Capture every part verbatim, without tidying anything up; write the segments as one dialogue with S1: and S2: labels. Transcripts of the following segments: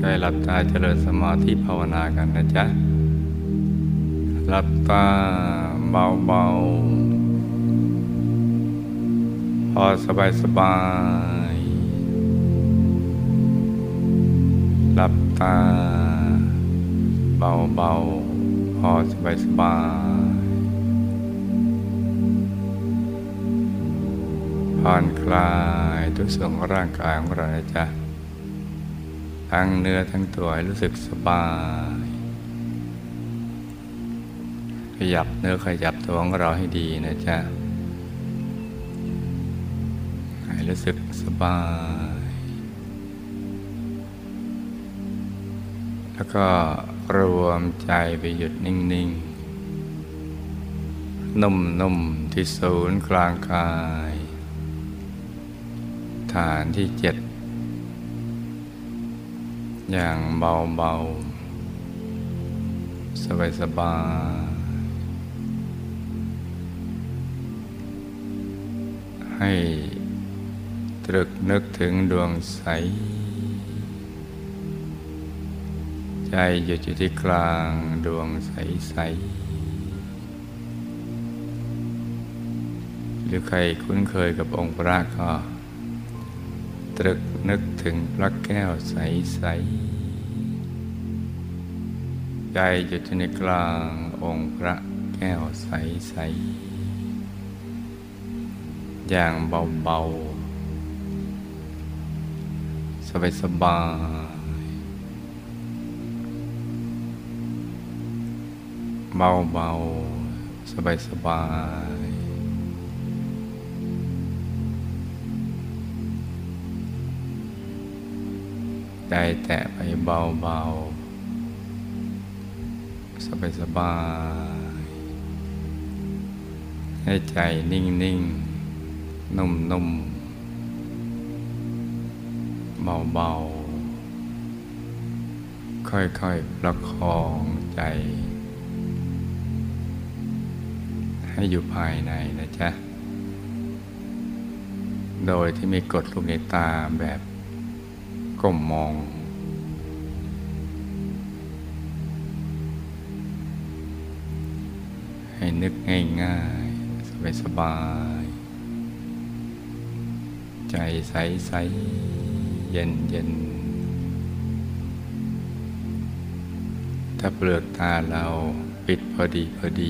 S1: ให้หลับตาเจริญสมาธิภาวนากันนะจ๊ะหลับตาเบาๆพอสบายๆหลับตาเบาๆพอสบายๆผ่อนคลายทุกส่วนของร่างกายของเรานะจ๊ะทั้งเนื้อทั้งตัวให้รู้สึกสบายขยับเนื้อขยับตัวของเราให้ดีนะจ๊ะให้รู้สึกสบายแล้วก็รวมใจไปหยุดนิ่งๆนุ่มๆที่ศูนย์กลางกายฐานที่เจ็ดอย่างเบาๆสบายๆให้ตรึกนึกถึงดวงใสใจหยุดอยู่ที่กลางดวงใสๆหรือใครคุ้นเคยกับองค์พระก็ตรึกนึกถึงพระแก้วใสๆใจหยุดอยู่ในกลางองค์พระแก้วใสๆอย่างเบาๆสบายๆเบาๆสบายๆใจแตะไปเบาๆสบายๆให้ใจนิ่งๆนุ่มๆเบาๆค่อยๆประคองใจให้อยู่ภายในนะจ๊ะโดยที่ไม่กดลูกในตาแบบก้มมองให้นึกง่ายๆสบายๆใจใสๆเย็นๆถ้าเปลือกตาเราปิดพอดีพอดี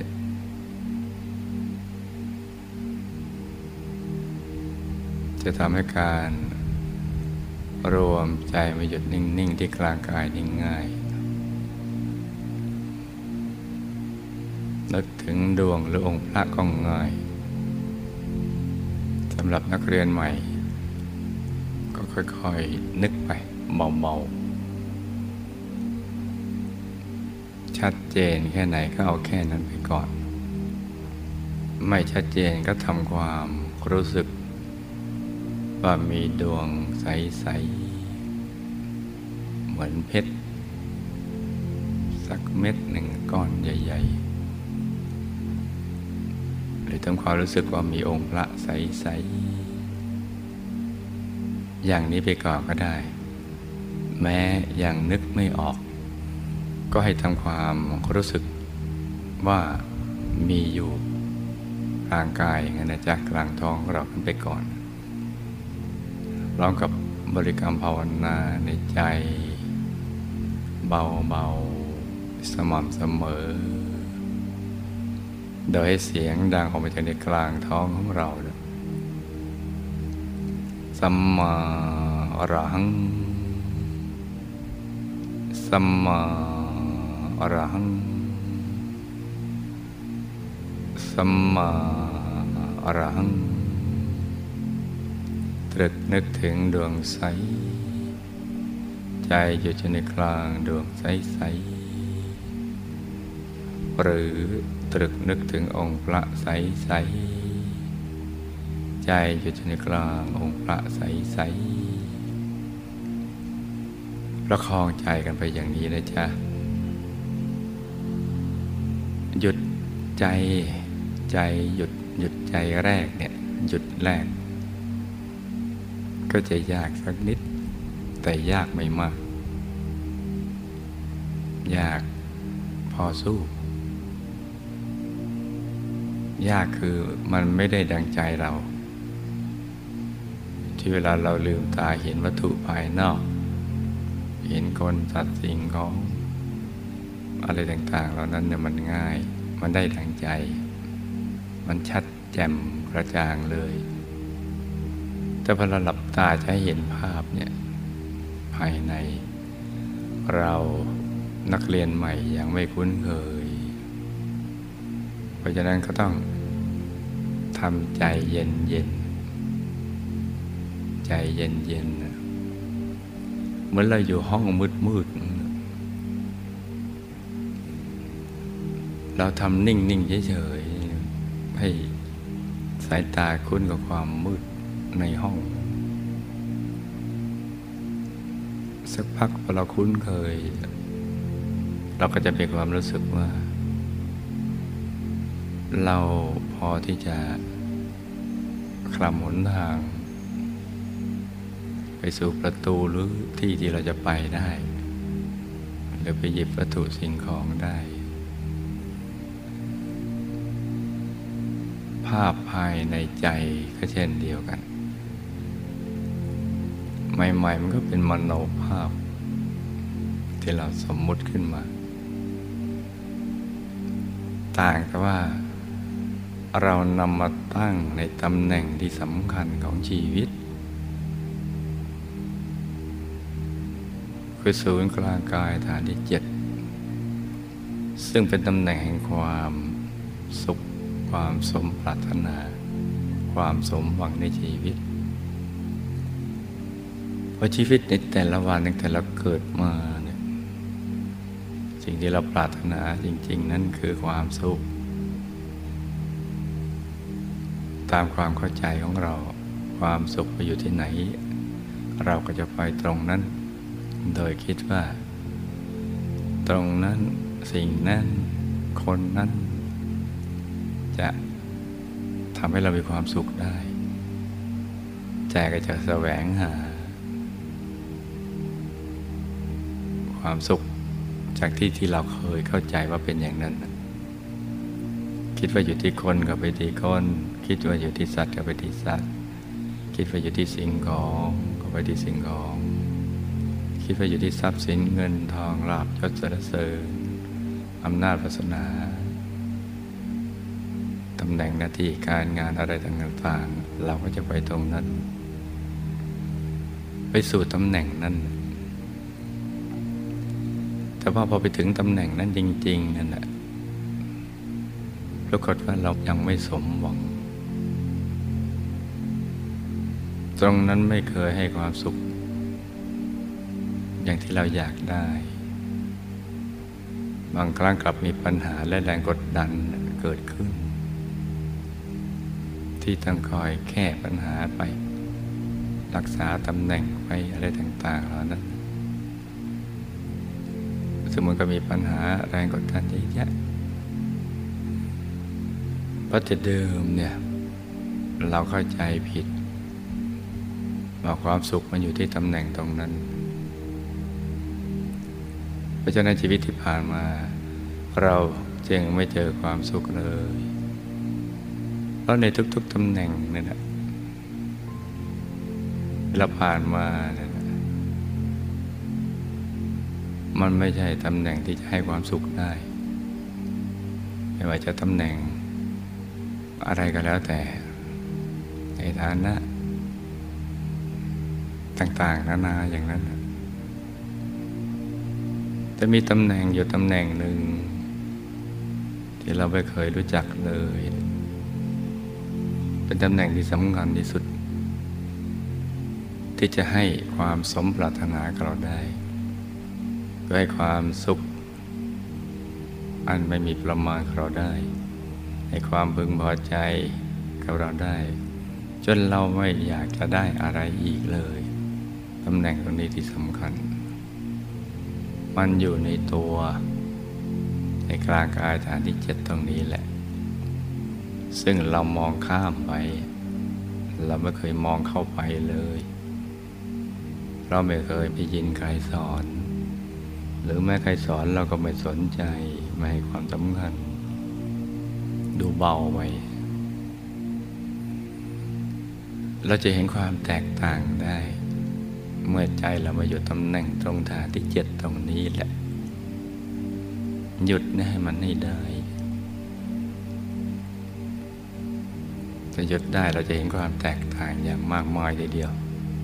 S1: จะทำให้การรวมใจมาหยุดนิ่งๆที่กลางกายนิ่งง่ายนึกถึงดวงหรือองค์พระก็ง่ายสำหรับนักเรียนใหม่ก็ค่อยๆนึกไปเบาๆชัดเจนแค่ไหนก็เอาแค่นั้นไปก่อนไม่ชัดเจนก็ทำความรู้สึกว่ามีดวงใสๆเหมือนเพชรสักเม็ดหนึ่งก้อนใหญ่ๆหรือทำความรู้สึกว่ามีองค์พระใสๆอย่างนี้ไปก่อนก็ได้แม้ยังนึกไม่ออกก็ให้ทำความรู้สึกว่ามีอยู่กลางกายอย่างนั้นนะจ๊ะกลางท้องเราขึ้นไปก่อนพร้อมกับบริกรรมภาวนาในใจเบาๆสม่ำเสมอโดยให้เสียงดังออกมาจากในกลางท้องของเราสัมมาอรหังสัมมาอรหังสัมมาอรหังตรึกนึกถึงดวงใสใจอยู่ในกลางดวงใสๆหรือตรึกนึกถึงองค์พระใสๆใจอยู่ในกลางองค์พระใสๆประคองใจกันไปอย่างนี้นะจ๊ะหยุดใจใจหยุดหยุดใจแรกเนี่ยหยุดแรกก็จะยากสักนิดแต่ยากไม่มากยากพอสู้ยากคือมันไม่ได้ดังใจเราที่เวลาเราลืมตาเห็นวัตถุภายนอกเห็นคนสัตว์สิ่งของอะไรต่างๆเหล่านั้นเนี่ยมันง่ายมันได้ดังใจมันชัดแจ่มกระจ่างเลยแต่พอเราหลับตาจะให้เห็นภาพเนี่ยภายในเรานักเรียนใหม่ยังไม่คุ้นเคยเพราะฉะนั้นก็ต้องทำใจเย็นเย็นใจเย็นเย็นเหมือนเราอยู่ห้องมืดมืดเราทำนิ่งนิ่งเฉยๆให้สายตาคุ้นกับความมืดในห้องสักพักพอเราคุ้นเคยเราก็จะมีความรู้สึกว่าเราพอที่จะคลำหนทางไปสู่ประตูหรือที่ที่เราจะไปได้หรือไปหยิบวัตถุสิ่งของได้ภาพภายในใจก็เช่นเดียวกันใหม่ๆมันก็เป็นมโนภาพที่เราสมมุติขึ้นมาต่างแต่ว่าเรานำมาตั้งในตำแหน่งที่สำคัญของชีวิตคือศูนย์กลางกายฐานที่เจ็ดซึ่งเป็นตำแหน่งแห่งความสุขความสมปรารถนาความสมหวังในชีวิตเพราะชีวิตในแต่ละวันตั้งแต่เราเกิดมาเนี่ยสิ่งที่เราปรารถนาจริงๆนั่นคือความสุขตามความเข้าใจของเราความสุขไปอยู่ที่ไหนเราก็จะไปตรงนั้นโดยคิดว่าตรงนั้นสิ่งนั้นคนนั้นจะทำให้เรามีความสุขได้ใจก็จะแสวงหาความสุขจากที่ที่เราเคยเข้าใจว่าเป็นอย่างนั้นคิดว่าอยู่ที่คนก็ไปที่คนคิดว่าอยู่ที่สัตว์ก็ไปที่สัตว์คิดว่าอยู่ที่สิ่งของก็ไปที่สิ่งของคิดว่าอยู่ที่ทรัพย์สินเงินทองลาภยศสรรเสริญอำนาจวาสนาตำแหน่งหน้าที่การงานอะไรต่างๆเราก็จะไปตรงนั้นไปสู่ตำแหน่งนั้นแต่ว่าพอไปถึงตำแหน่งนั้นจริงๆนั่นแหละปรากฏว่าเรายังไม่สมหวังตรงนั้นไม่เคยให้ความสุขอย่างที่เราอยากได้บางครั้งกลับมีปัญหาและแรงกดดันเกิดขึ้นที่ต้องคอยแก้ปัญหาไปรักษาตำแหน่งไปอะไรต่างๆเหล่านั้นสมมติก็มีปัญหาแรงกดดันเยอะแยะเพราะแต่เดิมเนี่ยเราเข้าใจผิดว่าความสุขมันอยู่ที่ตำแหน่งตรงนั้นเพราะฉะนั้นชีวิตที่ผ่านมาเราจึงไม่เจอความสุขเลยเพราะในทุกๆตำแหน่งนี่แหละเราผ่านมาเนี่ยมันไม่ใช่ตำแหน่งที่จะให้ความสุขได้ไม่ว่าจะตำแหน่งอะไรก็แล้วแต่ในฐานะต่างๆนานาอย่างนั้นจะมีตำแหน่งอยู่ตำแหน่งหนึ่งที่เราไม่เคยรู้จักเลยเป็นตำแหน่งที่สำคัญที่สุดที่จะให้ความสมปรารถนากับเราได้ให้ความสุขอันไม่มีประมาณกับเราได้ให้ความพึงพอใจกับเราได้จนเราไม่อยากจะได้อะไรอีกเลยตำแหน่งตรงนี้ที่สำคัญมันอยู่ในตัวในกลางกายฐานที่เจ็ดตรงนี้แหละซึ่งเรามองข้ามไปเราไม่เคยมองเข้าไปเลยเราไม่เคยไปยินใครสอนหรือแม้ใครสอนเราก็ไม่สนใจไม่ให้ความสำคัญดูเบาไปเราจะเห็นความแตกต่างได้เมื่อใจเรามาอยู่ตำแหน่งตรงฐานที่เจ็ดตรงนี้แหละหยุดให้มันให้ได้จะหยุดได้เราจะเห็นความแตกต่างอย่างมากมายทีเดียว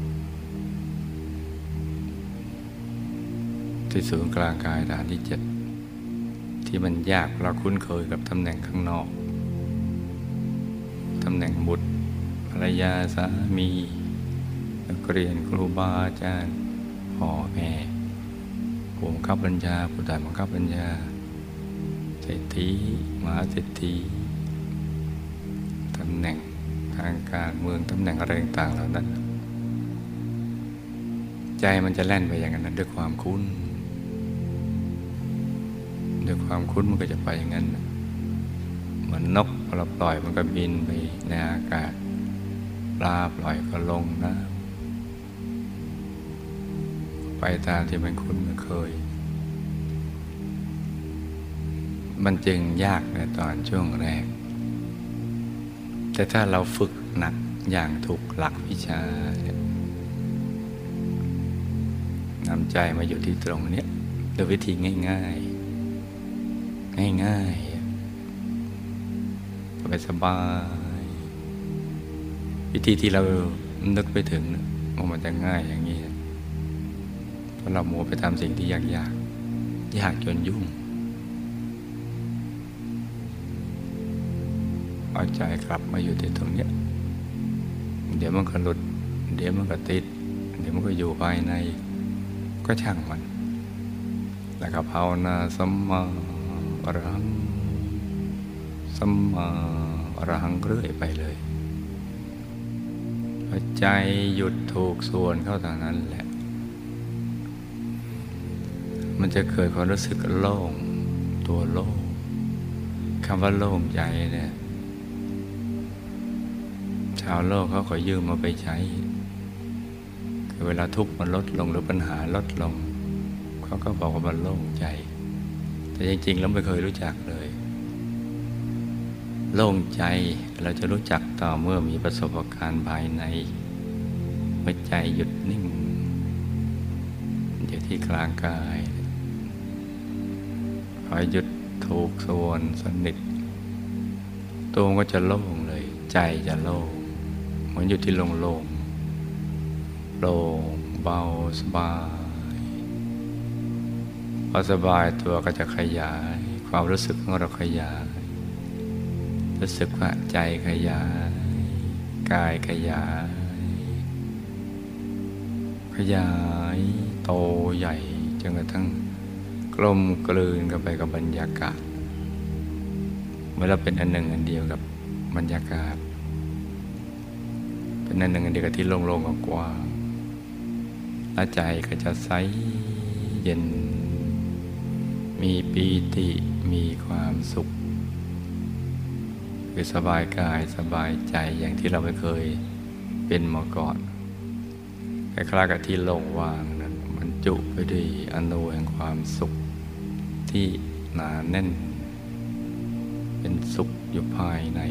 S1: ที่ศูนย์กลางกายฐานที่เจ็ดที่มันยากเราคุ้นเคยกับตำแหน่งข้างนอกตำแหน่งบุตรภรรยาสามีนักเรียนครูบาอาจารย์พ่อแม่ผู้บังคับบัญชาผู้ใต้บังคับบัญชาเศรษฐีมหาเศรษฐีตำแหน่งทางการเมืองตำแหน่งอะไรต่างๆเหล่านั้นใจมันจะแล่นไปอย่างนั้นด้วยความคุ้นด้วยความคุ้นมันก็จะไปอย่างนั้นเหมือนนกพอเราปล่อยมันก็บินไปในอากาศปลาปล่อยก็ลงน้ำไปตามที่มันคุ้นมันเคยมันจึงยากในตอนช่วงแรกแต่ถ้าเราฝึกหนักอย่างถูกหลักวิชานำใจมาอยู่ที่ตรงนี้โดยวิธีง่ายๆง่ายๆสบายๆวิธีที่เรานึกไปถึงว่ามันจะง่ายอย่างนี้เพราะเรามัวไปทำสิ่งที่ยากๆยากจนยุ่งเอาใจกลับมาอยู่ที่ตรงนี้เดี๋ยวมันก็หลุดเดี๋ยวมันก็ติดเดี๋ยวมันก็อยู่ภายในก็ช่างมันแล้วก็ภาวนาสัมมาอรหังสัมมาอรหังเรื่อยไปเลยพอใจหยุดถูกส่วนเข้าทางนั้นแหละมันจะเกิดความรู้สึกโล่งตัวโล่งคำว่าโล่งใจเนี่ยชาวโลกเขาขอยืมมาไปใช้คือเวลาทุกข์มันลดลงหรือปัญหาลดลงเขาก็บอกว่ามันโล่งใจแต่จริงๆแล้วไม่เคยรู้จักเลยโล่งใจเราจะรู้จักต่อเมื่อมีประสบการณ์ภายในเมื่อใจหยุดนิ่งอยู่ที่กลางกายพอหยุดถูกส่วนสนิทตัวก็จะโล่งเลยใจจะโล่งเหมือนอยู่ที่โล่งๆโปร่งเบาสบายพอสบายตัวก็จะขยายความรู้สึกของเราขยายรู้สึกว่าใจขยายกายขยายขยายโตใหญ่จนกระทั่งกลมกลืนกันไปกับบรรยากาศเมื่อเราเป็นอันหนึ่งอันเดียวกับบรรยากาศเป็นอันหนึ่งอันเดียวกับที่โล่งๆกว้างๆและใจก็จะใสเย็นมีปีติมีความสุขคือสบายกายสบายใจอย่างที่เราไม่เคยเป็นมาก่อนคล้ายๆกับที่โล่งว่างนั้นมันจุไปด้วยอนุแห่งความสุขที่หนาแน่นเป็นสุขอยู่ภายใน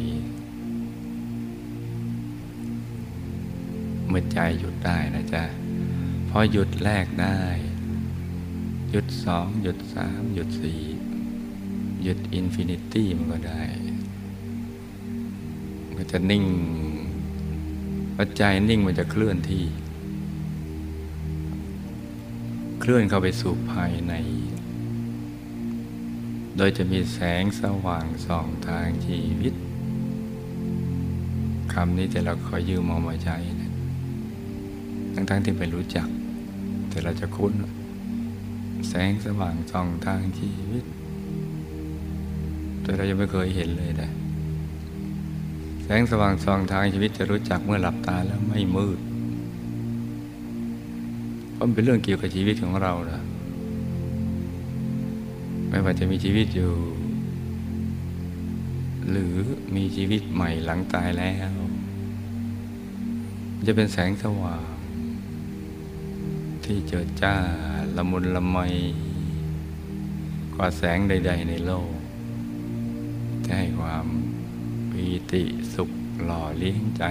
S1: เมื่อใจหยุดได้นะจ๊ะพอหยุดแรกได้หยุดสองหยุดสามหยุดสี่หยุดอินฟินิตี้มันก็ได้มันจะนิ่งพอใจนิ่งมันจะเคลื่อนที่เคลื่อนเข้าไปสู่ภายในโดยจะมีแสงสว่างส่องทางชีวิตคำนี้แต่เราขอยืมเอามาใช้นะทั้งๆที่ไม่รู้จักแต่เราจะคุ้นแสงสว่างส่องทางชีวิตแต่เรายังไม่เคยเห็นเลยนะแสงสว่างส่องทางชีวิตจะรู้จักเมื่อหลับตาแล้วไม่มืดเพราะมันเป็นเรื่องเกี่ยวกับชีวิตของเรานะไม่ว่าจะมีชีวิตอยู่หรือมีชีวิตใหม่หลังตายแล้วจะเป็นแสงสว่างที่เจิดจ้าละมุนละไมว่าแสงใดๆในโลกจะให้ความปีติสุขหล่อเลี้ยงใจ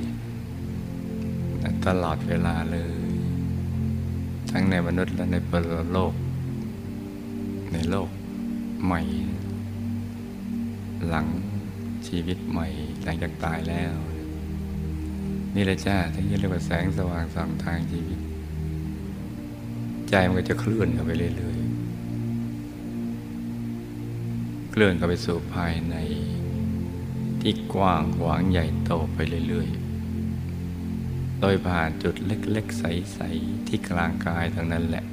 S1: ตลอดเวลาเลยทั้งในมนุษย์และในปรโลกในโลกใหม่หลังชีวิตใหม่หลังจากตายแล้วนี่แหละจ้าที่เรียกว่าแสงสว่างส่องทางชีวิตใจมันก็จะเคลื่อนเข้าไปเรื่อยๆเคลื่อนเข้าไปสู่ภายในที่กว้างขวางใหญ่โตไปเรื่อยๆโดยผ่านจุดเล็กๆใสๆที่กลางกายทั้งนั้นแหละ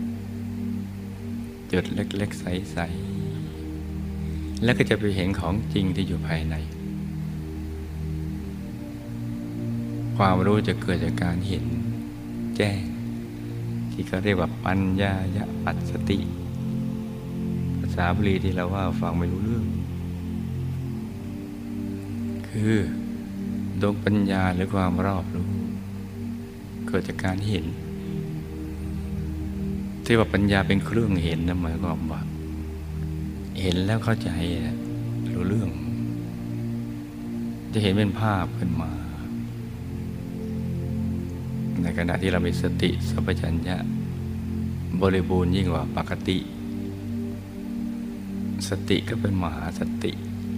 S1: จุดเล็กๆใสๆแล้วก็จะไปเห็นของจริงที่อยู่ภายในความรู้จะเกิดจากการเห็นแจ้งที่เขาเรียกว่าปัญญายปัสสติภาษาบาลีที่เราว่าฟังไม่รู้เรื่องคือดวงปัญญาหรือความรอบรู้เกิดจากการเห็นที่ว่าปัญญาเป็นเครื่องเห็นนะหมายความว่าเห็นแล้วเข้าใจรู้เรื่องจะเห็นเป็นภาพขึ้นมาในขณะที่เรามีสติสัมปชัญญะบริบูรณ์ยิ่งกว่าปกติสติก็เป็นมหาสติ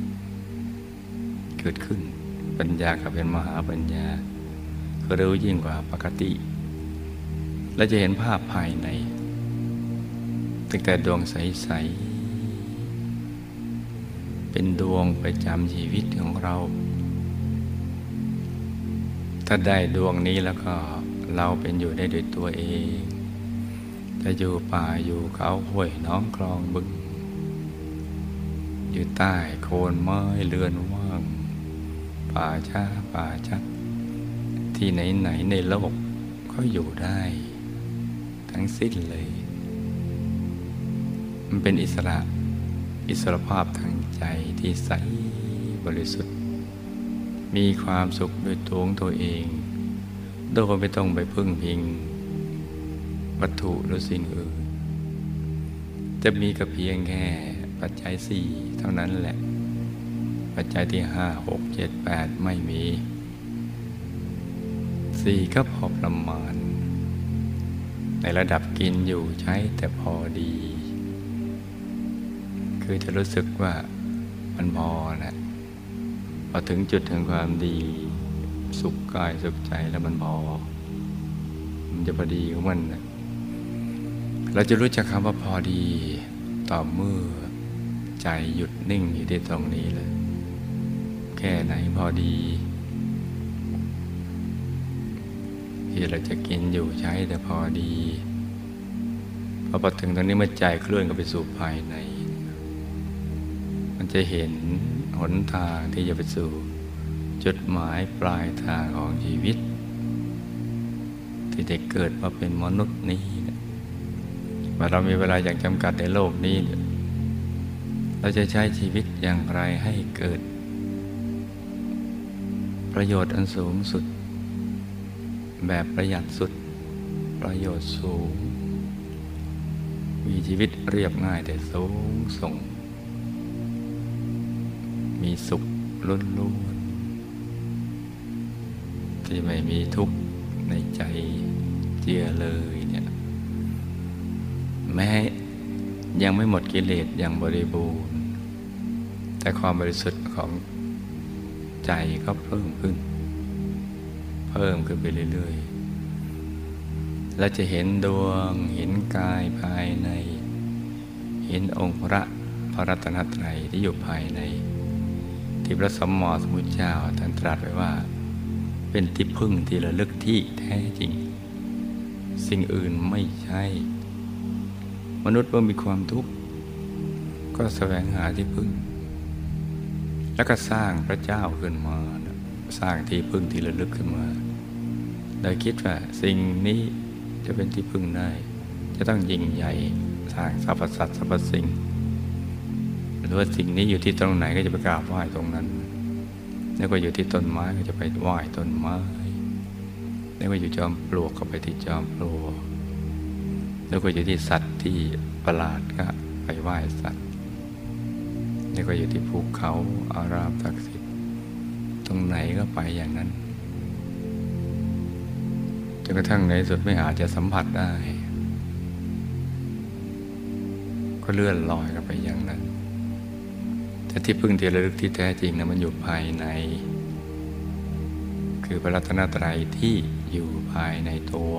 S1: เกิดขึ้นปัญญาก็เป็นมหาปัญญาก็รู้ยิ่งกว่าปกติและจะเห็นภาพภายในตั้งแต่ดวงใสๆเป็นดวงประจำชีวิตของเราถ้าได้ดวงนี้แล้วก็เราเป็นอยู่ได้ด้วยตัวเองจะอยู่ป่าอยู่เขาห้วยน้องคลองบึงอยู่ใต้โคนไม้เรือนว่างป่าช้าป่าชัดที่ไหนๆในโลกก็อยู่ได้ทั้งสิ้นเลยมันเป็นอิสระอิสรภาพทางใจที่ใสบริสุทธิ์มีความสุขด้วยตัวของตัวเองโดยไม่ต้องไปพึ่งพิงวัตถุหรือสิ่งอื่นจะมีก็เพียงแค่ปัจจัยสี่เท่านั้นแหละปัจจัยที่ห้าหกเจ็ดแปดไม่มีสี่ก็พอประมาณในระดับกินอยู่ใช้แต่พอดีคือจะรู้สึกว่ามันพอนะพอถึงจุดถึงความดีสุขกายสุขใจแล้วมันพอมันจะพอดีของมันนะเราจะรู้จักคำว่าพอดีต่อเมื่อใจหยุดนิ่งอยู่ที่ตรงนี้เลยแค่ไหนพอดีที่เราจะกินอยู่ใช้แต่พอดีพอพอถึงตรงนี้เมื่อใจเคลื่อนเข้าไปสู่ภายในมันจะเห็นหนทางที่จะไปสู่จุดหมายปลายทางของชีวิตที่ได้เกิดมาเป็นมนุษย์นี้ว่าเรามีเวลาอย่างจำกัดในโลกนี้เราจะใช้ชีวิตอย่างไรให้เกิดประโยชน์อันสูงสุดแบบประหยัดสุดประโยชน์สูงมีชีวิตเรียบง่ายแต่สูงส่งมีสุขล้วนๆที่ไม่มีทุกข์ในใจเจือเลยเนี่ยแม้ยังไม่หมดกิเลสอย่างบริบูรณ์แต่ความบริสุทธิ์ของใจก็เพิ่มขึ้นเพิ่มขึ้นไปเรื่อยๆและจะเห็นดวงเห็นกายภายในเห็นองค์พระพระรัตนตรัยที่อยู่ภายในที่พระสัมมาสัมพุทธเจ้าท่านตรัสไว้ว่าเป็นที่พึ่งที่ระลึกที่แท้จริงสิ่งอื่นไม่ใช่มนุษย์เมื่อมีความทุกข์ก็แสวงหาที่พึ่งแล้วก็สร้างพระเจ้าขึ้นมาสร้างที่พึ่งที่ระลึกขึ้นมาโดยคิดว่าสิ่งนี้จะเป็นที่พึ่งได้จะต้องยิ่งใหญ่สร้างสรรพสัตว์สรรพสิ่งหรือว่าสิ่งนี้อยู่ที่ตรงไหนก็จะไปกราบไหว้ตรงนั้นแล้วก็อยู่ที่ต้นไม้ก็จะไปไหว้ต้นไม้แล้วก็อยู่จอมปลวกก็ไปที่จอมปลวกแล้วก็อยู่ที่สัตว์ที่ประหลาดก็ไปไหว้สัตว์นี่ก็อยู่ที่ภูเขาอารามศักดิ์สิทธิ์ตรงไหนก็ไปอย่างนั้นจนกระทั่งในสุดไม่อาจจะสัมผัสได้ก็เลื่อนลอยกันไปอย่างนั้นแต่ที่พึ่งที่ระลึกที่แท้จริงนะมันอยู่ภายในคือพระรัตนตรัยที่อยู่ภายในตัว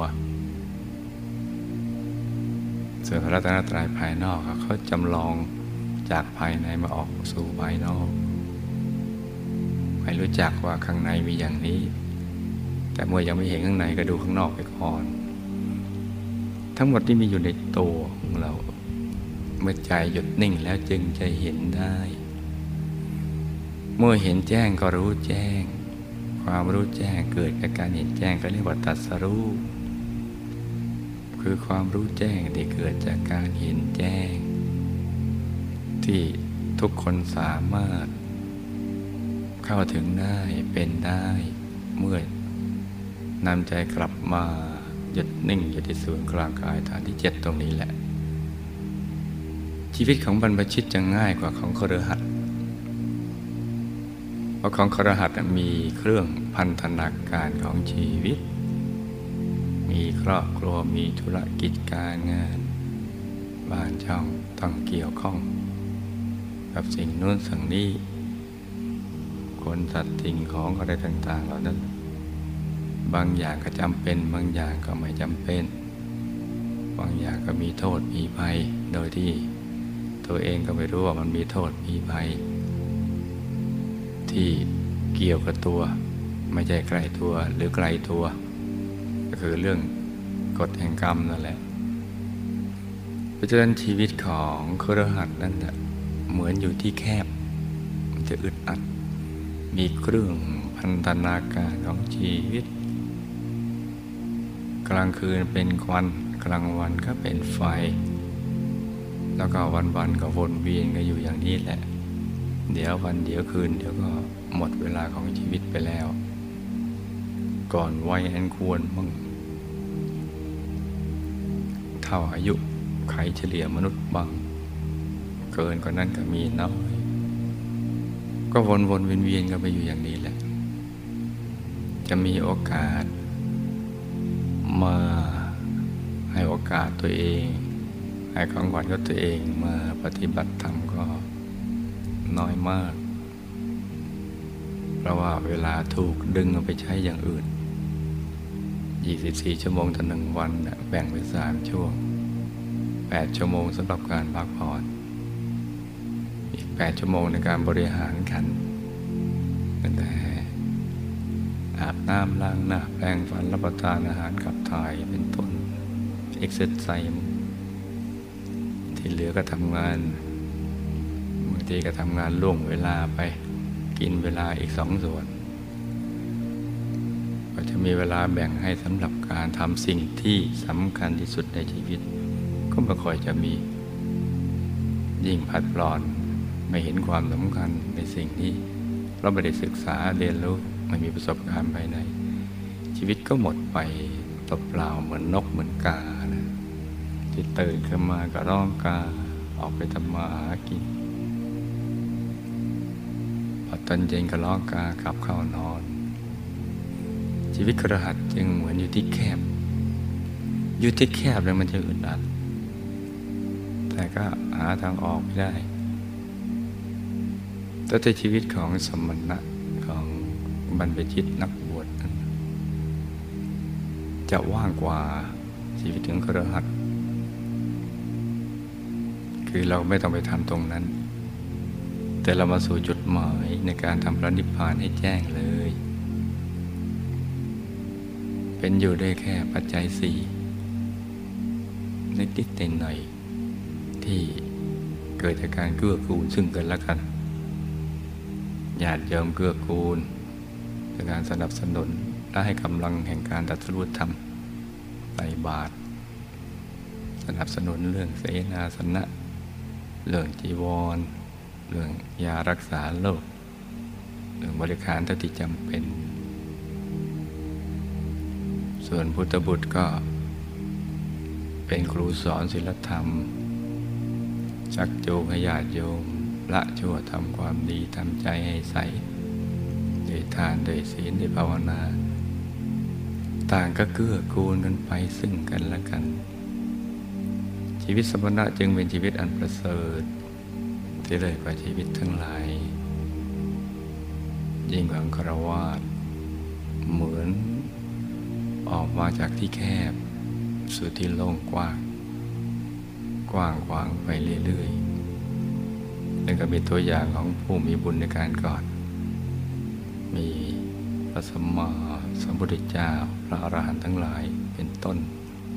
S1: ส่วนพระรัตนตรัยภายนอกเขาจำลองจากภายในมาออกสู่ภายนอกให้รู้จักว่าข้างในมีอย่างนี้แต่เมื่อยังไม่เห็นข้างในก็ดูข้างนอกไปก่อนทั้งหมดที่มีอยู่ในตัวของเราเมื่อใจหยุดนิ่งแล้วจึงจะเห็นได้เมื่อเห็นแจ้งก็รู้แจ้งความรู้แจ้งเกิดจากการเห็นแจ้งก็เรียกว่าตรัสรู้คือความรู้แจ้งที่เกิดจากการเห็นแจ้งที่ทุกคนสามารถเข้าถึงได้เป็นได้เมื่อนำใจกลับมาหยุดนิ่งอยู่ที่ศูนย์กลางกายฐานที่เจ็ดตรงนี้แหละชีวิตของบรรพชิตจะง่ายกว่าของคฤหัสถ์เพราะของคฤหัสถ์มีเครื่องพันธนาการของชีวิตมีครอบครัวมีธุรกิจการงานบ้านช่องต้องเกี่ยวข้องกับสิ่งนู้นสิ่งนี้คนสัตว์สิ่งของอะไรต่างๆเหล่านั้นบางอย่างก็จำเป็นบางอย่างก็ไม่จำเป็นบางอย่างก็มีโทษมีภัยโดยที่ตัวเองก็ไม่รู้ว่ามันมีโทษมีภัยที่เกี่ยวกับตัวไม่ใช่ไกลตัวหรือไกลตัวก็คือเรื่องกฎแห่งกรรมนั่นแหละเพราะฉะนั้นชีวิตของคฤหัสถ์นั้นน่ะเหมือนอยู่ที่แคบมันจะอึดอัดมีเครื่องพันธนาการของชีวิตกลางคืนเป็นควันกลางวันก็เป็นไฟแล้วก็วันๆก็วนเวียนกันอยู่อย่างนี้แหละเดี๋ยววันเดี๋ยวคืนเดี๋ยวก็หมดเวลาของชีวิตไปแล้วก่อนวัยอันควรมั่งเท่าอายุไขเฉลี่ยมนุษย์บางเกินกว่านั้นก็มีน้อยก็วนๆเวียนๆกันไปอยู่อย่างนี้แหละจะมีโอกาสมาให้โอกาสตัวเองให้ของขวัญกับตัวเองมาปฏิบัติธรรมก็น้อยมากเพราะว่าเวลาถูกดึงเอาไปใช้อย่างอื่นยี่สิบสี่ชั่วโมงต่อหนึ่งวันแบ่งเป็นสามช่วงแปดชั่วโมงสำหรับการพักผ่อนอีกแปดชั่วโมงในการบริหารขันธ์ตั้งแต่อาบน้ำล้างหน้าแปรงฟันรับประทานอาหารขับถ่ายเป็นต้นเอ็กเซอร์ไซส์ที่เหลือก็ทำงานบางทีก็ทำงานล่วงเวลาไปกินเวลาอีกสองส่วนก็จะมีเวลาแบ่งให้สำหรับการทำสิ่งที่สำคัญที่สุดในชีวิตก็ไม่ค่อยจะมียิ่งผัดปลอนไม่เห็นความสำคัญในสิ่งที่เราไม่ได้ศึกษาเรียนรู้ไม่มีประสบการณ์ภายในชีวิตก็หมดไปเปล่าๆเหมือนนกเหมือนกานะที่ตื่นขึ้นมาก็ร้องกาออกไปทำมาหากินพอตอนเย็นก็ร้องกากลับเข้านอนชีวิตคฤหัสถ์จึงเหมือนอยู่ที่แคบอยู่ที่แคบแล้วมันจะอึดอัดแต่ก็หาทางออกไม่ได้แต่ในชีวิตของสมณะของบรรพชิตนักบวชนั้นจะว่างกว่าชีวิตของคฤหัสถ์คือเราไม่ต้องไปทำตรงนั้นแต่เรามาสู่จุดหมายในการทำพระนิพพานให้แจ้งเลยเป็นอยู่ได้แค่ปัจจัยสี่นิดๆหน่อยๆที่เกิดจากการเกื้อกูลซึ่งกันและกันญาติโยมเกื้อกูลจากการสนับสนุนและให้กำลังแห่งการตรัสรู้ธรรมใส่บาตรสนับสนุนเรื่องเสนาสนะเรื่องจีวรเรื่องยารักษาโรคเรื่องบริการเท่าที่จำเป็นส่วนพุทธบุตรก็เป็นครูสอนศีลธรรมชักจูงให้ญาติโยมละชั่วทำความดีทำใจให้ใสด้วยทานด้วยศีลด้วยภาวนาต่างก็เกื้อกูลกันไปซึ่งกันและกันชีวิตสมณะจึงเป็นชีวิตอันประเสริฐที่เลยกว่าชีวิตทั้งหลายยิ่งกว่าฆราวาสเหมือนออกมาจากที่แคบสู่ที่โล่งกว้างกว้างขวางไปเรื่อยๆแล้วก็มีตัวอย่างของผู้มีบุญในการก่อนมีพระสัมมาสัมพุทธเจ้าพระอรหันต์ทั้งหลายเป็นต้น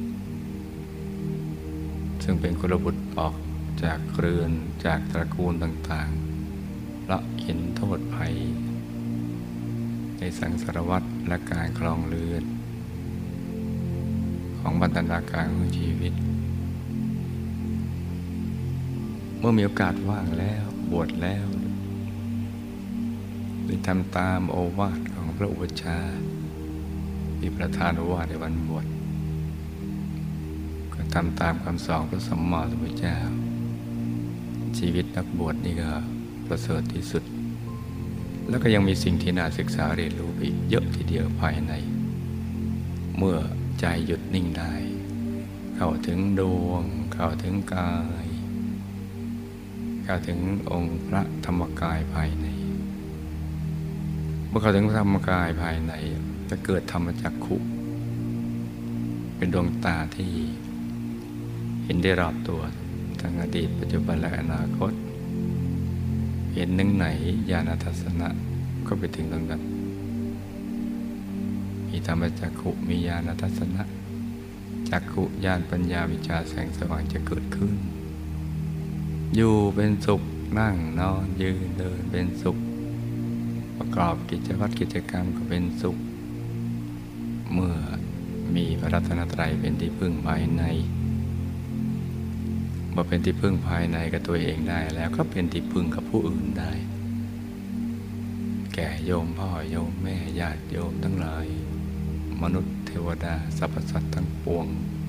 S1: ซึ่งเป็นกุลบุตรออกจากเรือนจากตระกูลต่างๆละเห็นโทษภัยในสังสารวัฏและการครองเรือนของบรรณาการของชีวิตเมื่อมีโอกาสว่างแล้วบวชแล้วโดยทำตามโอวาทของพระอุปัชฌาย์ที่ประทานโอวาทในวันบวชก็ทำตามคำสอนพระสัมมาสัมพุทธเจ้าชีวิตนักบวชนี่ก็ประเสริฐที่สุดแล้วก็ยังมีสิ่งที่น่าศึกษาเรียนรู้อีกเยอะทีเดียวภายในเมื่อใจหยุดนิ่งได้เข้าถึงดวงเข้าถึงกายเข้าถึงองค์พระธรรมกายภายในเมื่อเข้าถึงธรรมกายภายในจะเกิดธรรมจักขุเป็นดวงตาที่เห็นได้รอบตัวทั้งอดีตปัจจุบันและอนาคตเห็นนึงไหนญาณทัศนะก็ไปถึงตรงนั้นมีธรรมจักขุมีญาณทัศนะจักขุญาณปัญญาวิชาแสงสว่างจะเกิดขึ้นอยู่เป็นสุขนั่งนอนยืนเดินเป็นสุขประกอบกิจวัตรกิจกรรมก็เป็นสุขเมื่อมีพระรัตนตรัยเป็นที่พึ่งภายในเมื่อเป็นที่พึ่งภายในกับตัวเองได้แล้วก็เป็นที่พึ่งกับผู้อื่นได้แก่โยมพ่อโยมแม่ญาติโยมทั้งหลายมนุษย์เทวดาสรรพสัตว์ทั้งปวง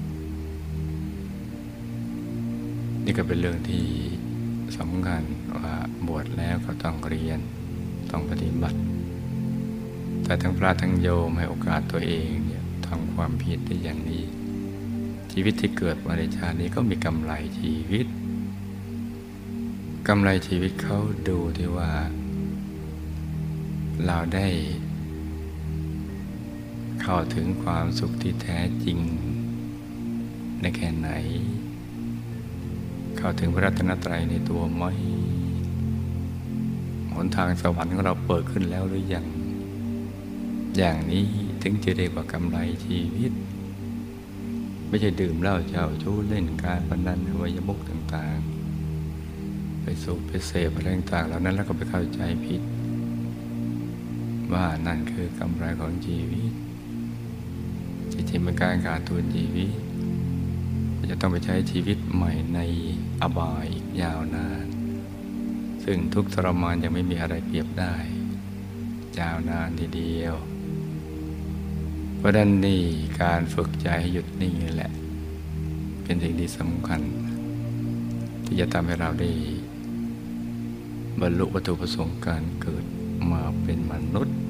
S1: นี่ก็เป็นเรื่องที่สำคัญว่าบวชแล้วก็ต้องเรียนต้องปฏิบัติแต่ทั้งพระทั้งโยมให้โอกาสตัวเองเนี่ยทำความผิดได้อย่างนี้ชีวิตที่เกิดมาในชาตินี้ก็มีกำไรชีวิตกำไรชีวิตเขาดูที่ว่าเราได้เข้าถึงความสุขที่แท้จริงในแค่ไหนเข้าถึงพระรัตนตรัยในตัวไหมหนทางสวรรค์ของเราเปิดขึ้นแล้วหรือยังอย่างนี้ถึงจะได้กว่ากำไรชีวิตไม่ใช่ดื่มเหล้าเจ้าชู้เล่นการพนันอวัยมุขต่างๆไปสูบไปเสพอะไรต่างๆเหล่านั้นแล้วก็ไปเข้าใจผิดว่านั่นคือกำไรของชีวิตจริงๆเป็นการขาดทุนชีวิตจะต้องไปใช้ชีวิตใหม่ในอบายอีกยาวนานซึ่งทุกทรมานยังไม่มีอะไรเปรียบได้ยาวนานทีเดียวเพราะฉะนั้นนี่การฝึกใจให้หยุดนิ่งนี่แหละเป็นสิ่งที่สำคัญที่จะทำให้เราได้บรรลุวัตถุประสงค์การเกิดมาเป็นมนุษย์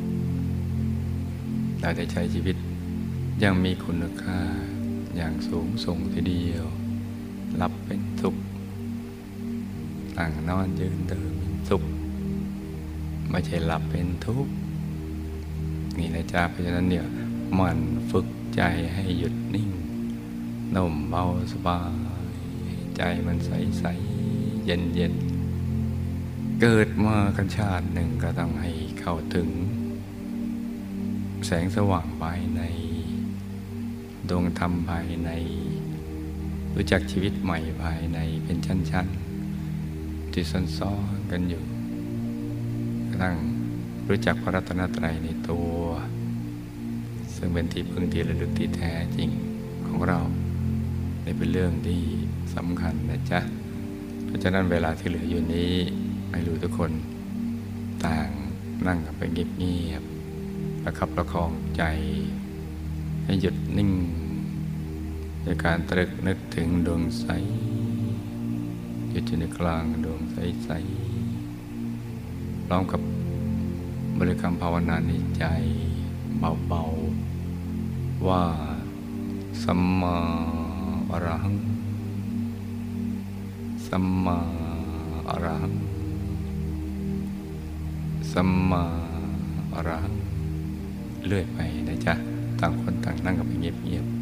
S1: เราได้ใช้ชีวิตยังมีคุณค่าอย่างสูงส่งทีเดียวหลับเป็นสุขนั่งนอนยืนเดินเป็นสุขไม่ใช่หลับเป็นทุกข์นี่นะจ๊ะเพราะฉะนั้นเนี่ยมันฝึกใจให้หยุดนิ่งนุ่มเบาสบายใจมันใสใสเย็นเย็นเกิดมากันชาติหนึ่งก็ต้องให้เข้าถึงแสงสว่างภายในดวงธรรมภายในรู้จักชีวิตใหม่ภายในเป็นชั้นๆที่ซ้อนๆกันอยู่กระทั่งรู้จักพระรัตนตรัยในตัวซึ่งเป็นที่พึ่งที่ระลึกที่แท้จริงของเรานี่เป็นเรื่องที่สำคัญนะจ๊ะเพราะฉะนั้นเวลาที่เหลืออยู่นี้ให้รู้ทุกคนต่างนั่งกันไปเงียบๆประคับประคองใจให้หยุดนิ่งในการตรึกนึกถึงดวงใสดจิตอยู่ในกลางดวงใสๆพร้อมกับบริกรรมภาวนาในใจเบาๆว่าสัมมาอรหังสัมมาอรหังสัมมาอรหังเลื่อยไปนะจ๊ะต่างคนต่างนั่งกันไปเงียบๆ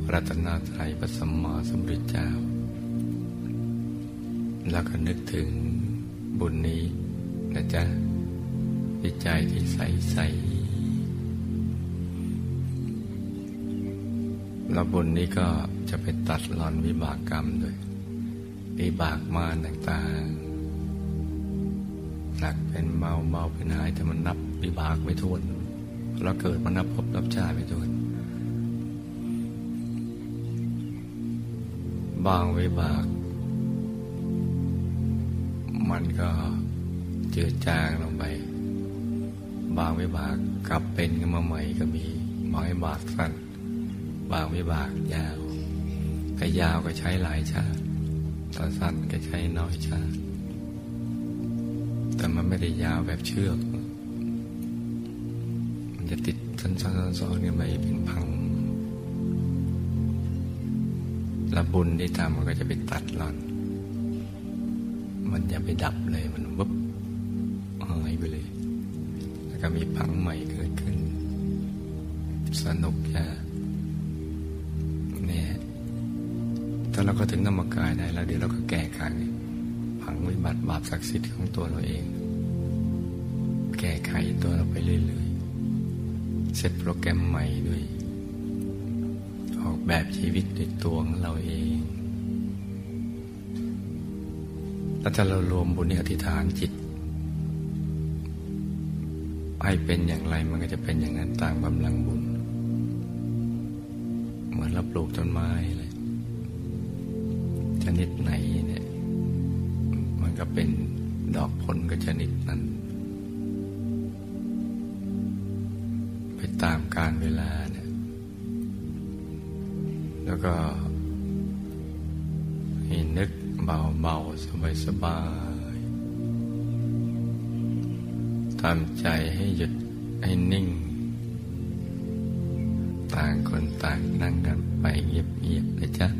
S1: รัตนตรัยพระสัมมาสัมพุทธเจ้าแล้วก็นึกถึงบุญนี้นะจ๊ะด้วยใจที่ใสใสแล้วบุญนี้ก็จะไปตัดรอนวิบากกรรมด้วยวิบากมารต่างๆหนักเป็นเบาเบาเป็นหายแต่มันนับวิบากไม่ถ้วนเราเกิดมานับพบนับชาติไม่ถ้วนบางวิบากมันก็เจือจางลงไปบางวิบากกลับเป็นขึ้นมาใหม่ก็มีบางวิบากสั้นบางวิบากยาวถ้ายาวก็ใช้หลายชาติถ้าสั้นก็ใช้น้อยชาติแต่มันไม่ได้ยาวแบบเชือกมันจะติดซ้อนๆๆกันไปเป็นพังแล้วบุญที่ทำมันก็จะไปตัดรอนมันจะไปดับเลยมันวุบหายไปเลยแล้วก็มีพังใหม่เกิดขึ้นสนุกจ้ะเนี่ยถ้าเราก็ถึงธรรมกายได้แล้วเดี๋ยวเราก็แก้ไขพังวิบัติบาปศักดิ์สิทธิ์ของตัวเราเองแก้ไขตัวเราไปเรื่อยๆเซตโปรแกรมใหม่ด้วยออกแบบชีวิตด้วยตัวของเราเองแล้วถ้าเรารวมบุญในอธิษฐานจิตให้เป็นอย่างไรมันก็จะเป็นอย่างนั้นตามกำลังบุญเหมือนเราปลูกต้นไม้เลยชนิดไหนเนี่ยมันก็เป็นดอกผลก็ชนิดนั้นไปตามกาลเวลาเนี่ยแล้วก็ให้นึกเบาๆสบายๆทำใจให้หยุดให้นิ่งต่างคนต่างนั่งกันไปเงียบๆนะจ๊ะ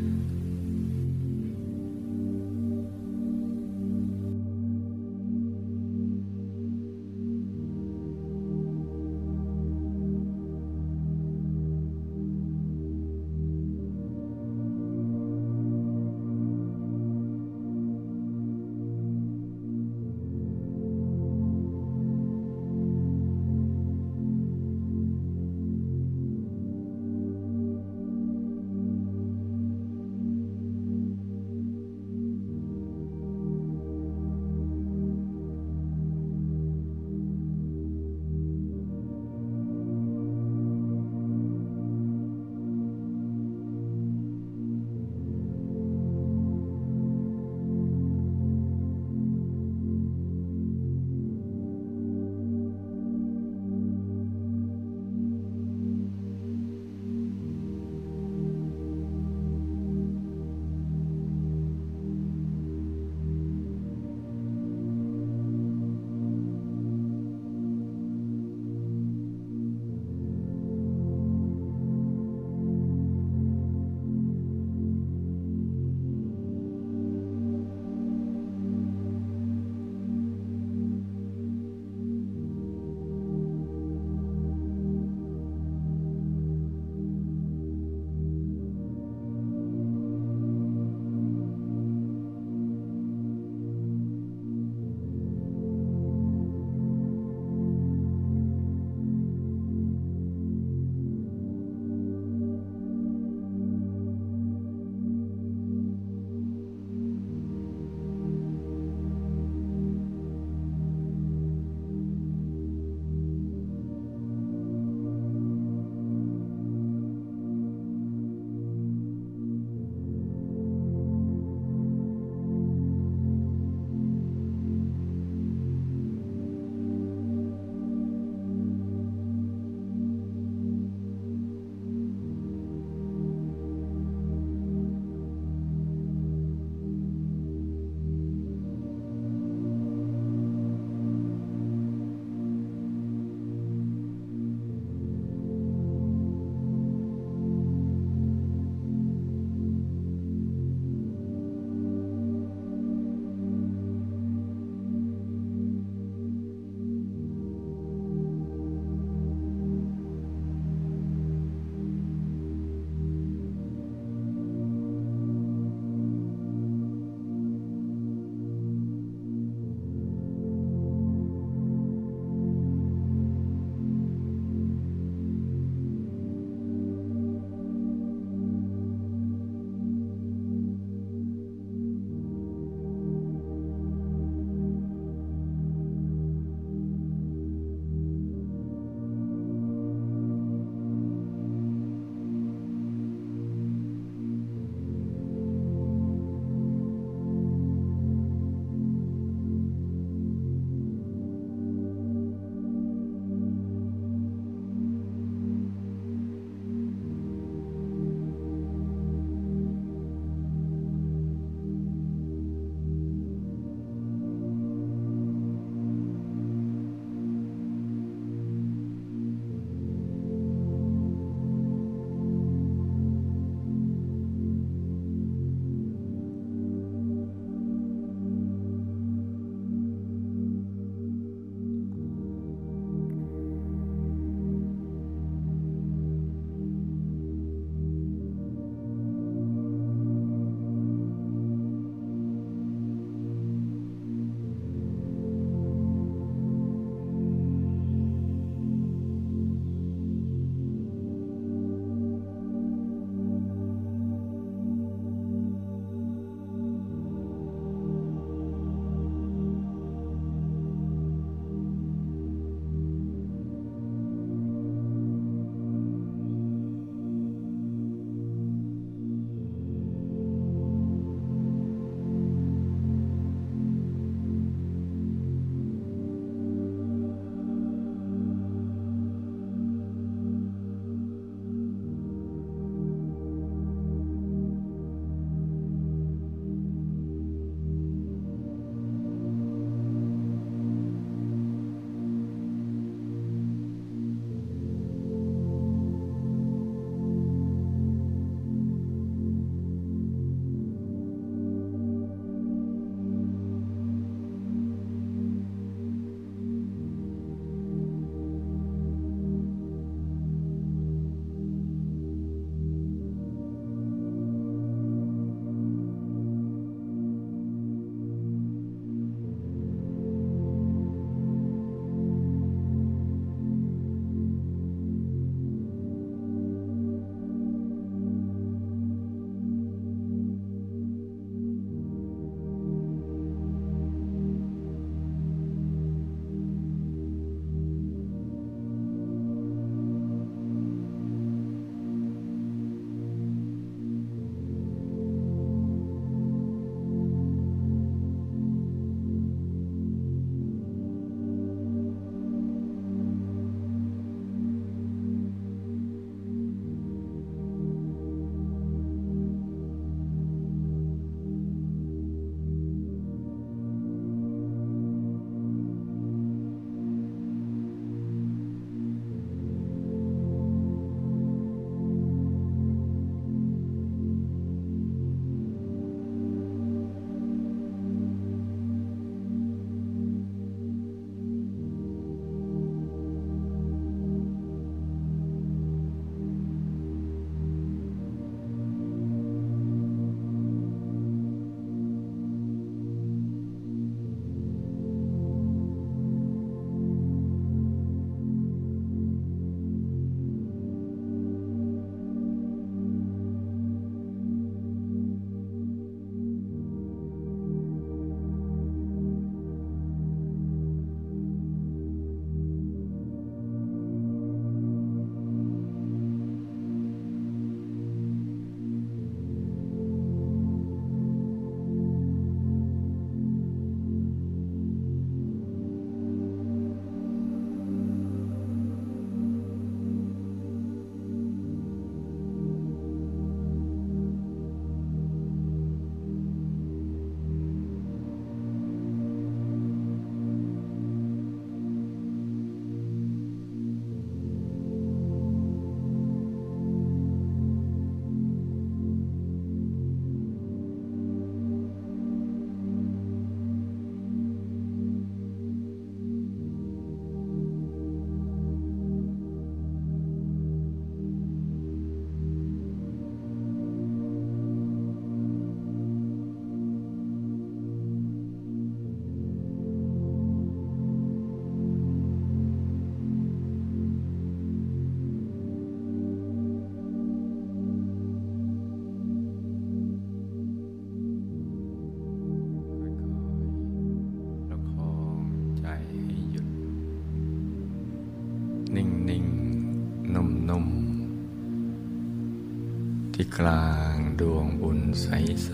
S1: ที่กลางดวงบุญใส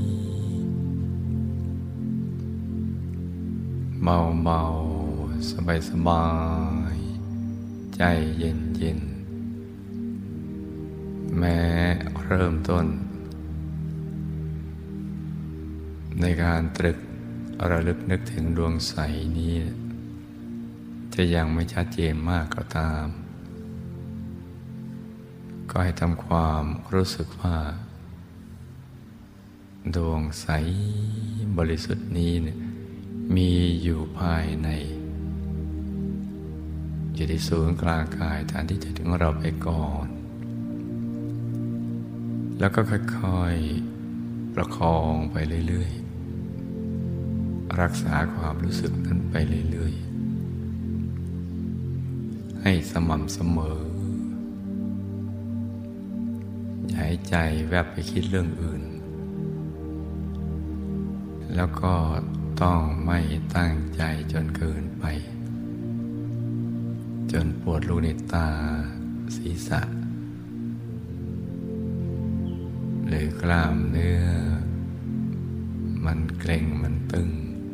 S1: ๆเบาๆสบายๆใจเย็นๆแม้เริ่มต้นในการตรึกระลึกนึกถึงดวงใสนี้จะยังไม่ชัดเจนมากก็ตามก็ให้ทำความรู้สึกว่าดวงใสบริสุทธิ์นี้เนี่ยมีอยู่ภายในอยู่ที่ศูนย์กลางกายฐานที่จะถึงเราไปก่อนแล้วก็ค่อยๆประคองไปเรื่อยๆรักษาความรู้สึกนั้นไปเรื่อยๆให้สม่ำเสมออย่าให้ใจแวบไปคิดเรื่องอื่นแล้วก็ต้องไม่ตั้งใจจนเกินไปจนปวดลูกในตาศีรษะหรือกล้ามเนื้อมันเกร็งมันตึง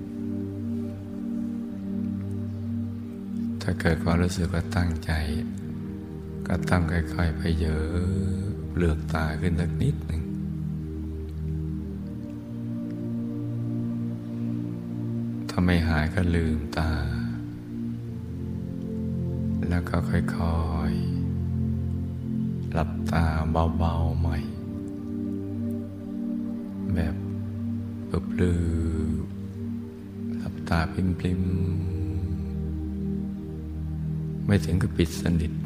S1: ถ้าเกิดความรู้สึกว่าตั้งใจก็ต้องค่อยๆไปเยอะเปลือกตาขึ้นสักนิดหนึ่งถ้าไม่หายก็ลืมตาแล้วก็ค่อยๆหลับตาเบาๆใหม่แบบปลืบๆหลับตาปริมๆไม่ถึงกับปิดสนิท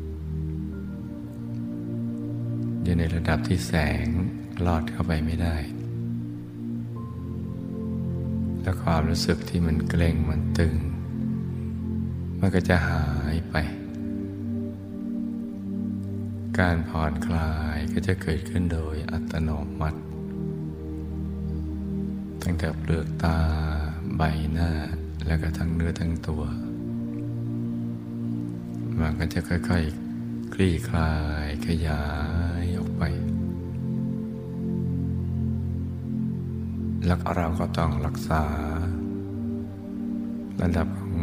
S1: อยู่ในระดับที่แสงลอดเข้าไปไม่ได้และความรู้สึกที่มันเกร็งมันตึงมันก็จะหายไปการผ่อนคลายก็จะเกิดขึ้นโดยอัตโนมัติตั้งแต่เปลือกตาใบหน้าแล้วก็ทั้งเนื้อทั้งตัวมันก็จะค่อยๆคลี่คลายขยายออกไปแล้วเราก็ต้องรักษาระดับของ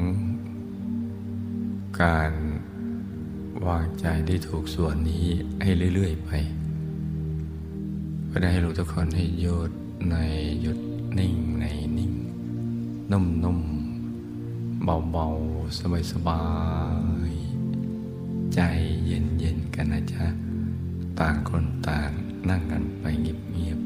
S1: การวางใจได้ถูกส่วนนี้ให้เรื่อยๆไปก็ได้ให้รู้ทุกคนให้หยุดในหยุดนิ่งในนิ่งนุ่มๆเบาๆสบายๆใจเย็นๆกันนะจ๊ะต่างคนต่างนั่งกันไปเงียบๆ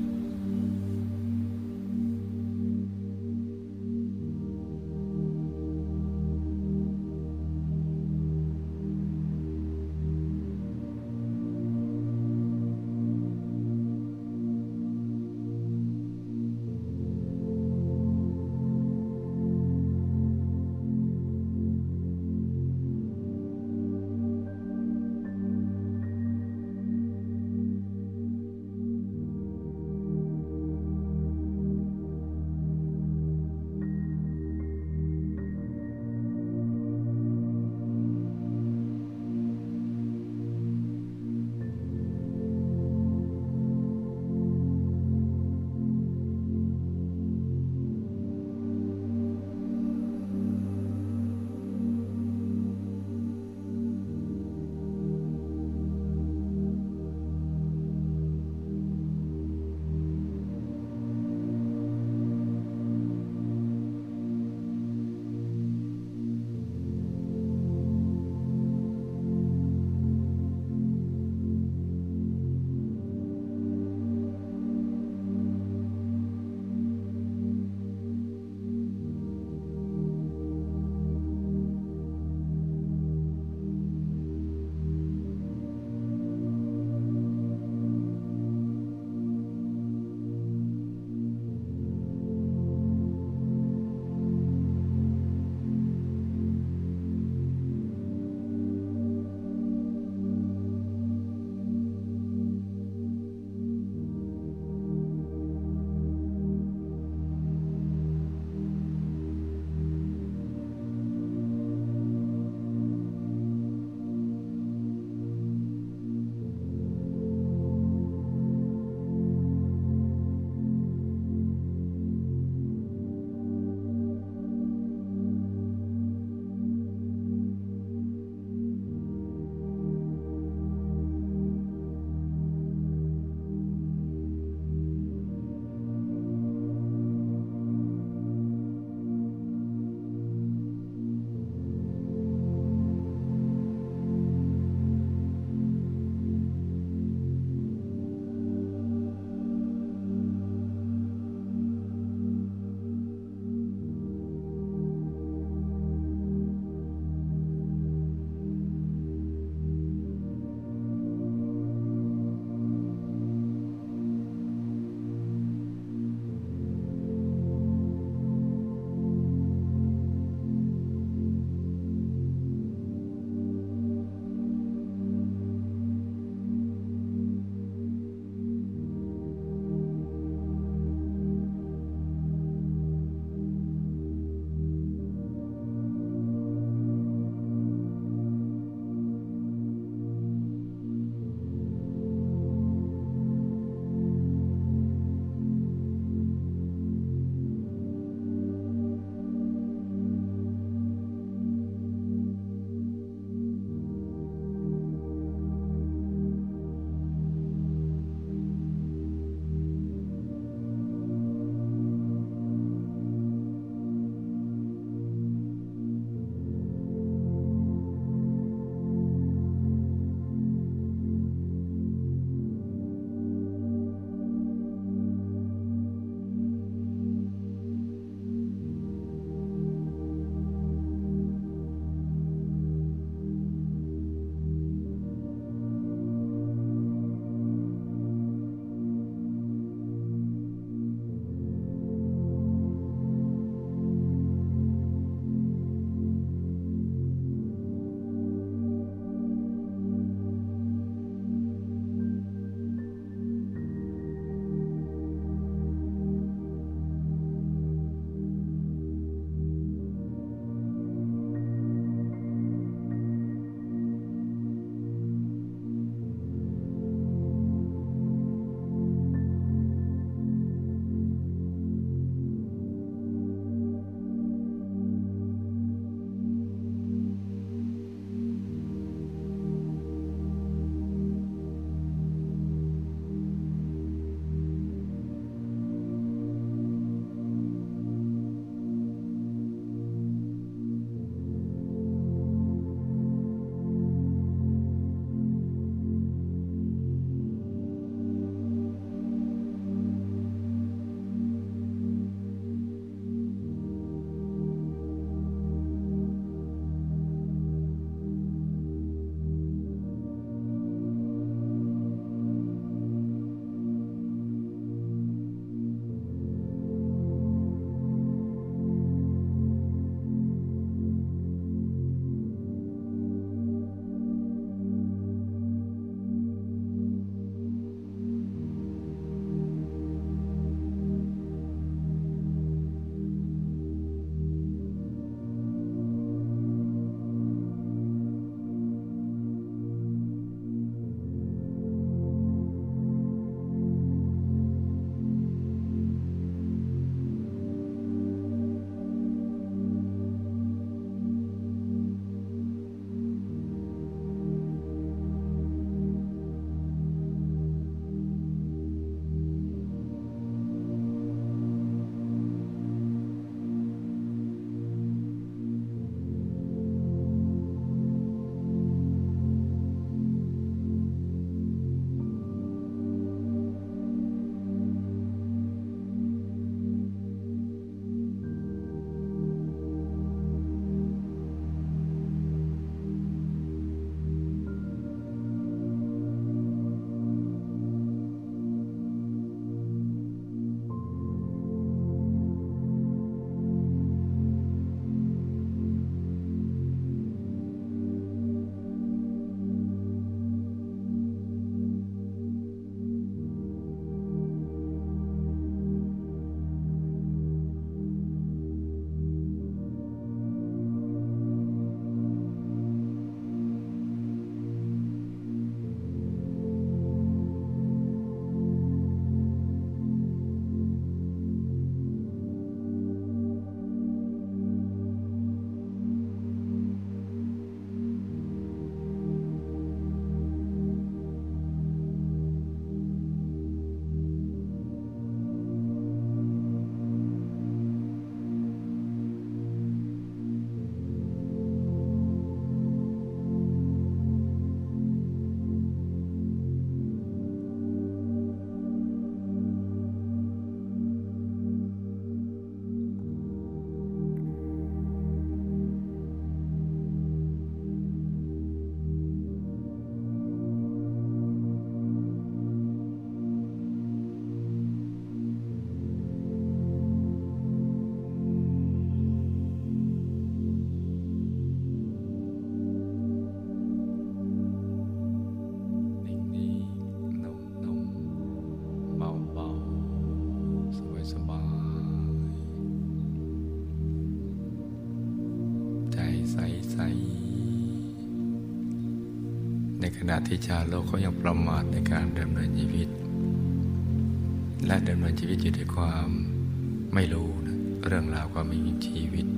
S1: ในขณะที่ชาวโลกเขายังประมาทในการดำเนินชีวิตและดำเนินชีวิตอยู่ด้วยความไม่รู้นะเรื่องราวความมีชีวิต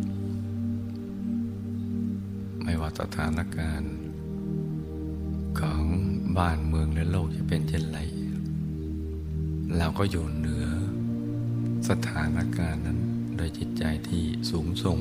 S1: ไม่ว่าสถานการณ์ของบ้านเมืองและโลกจะเป็นเช่นไรเราก็อยู่เหนือสถานการณ์นั้นโดยจิตใจที่สูงส่ง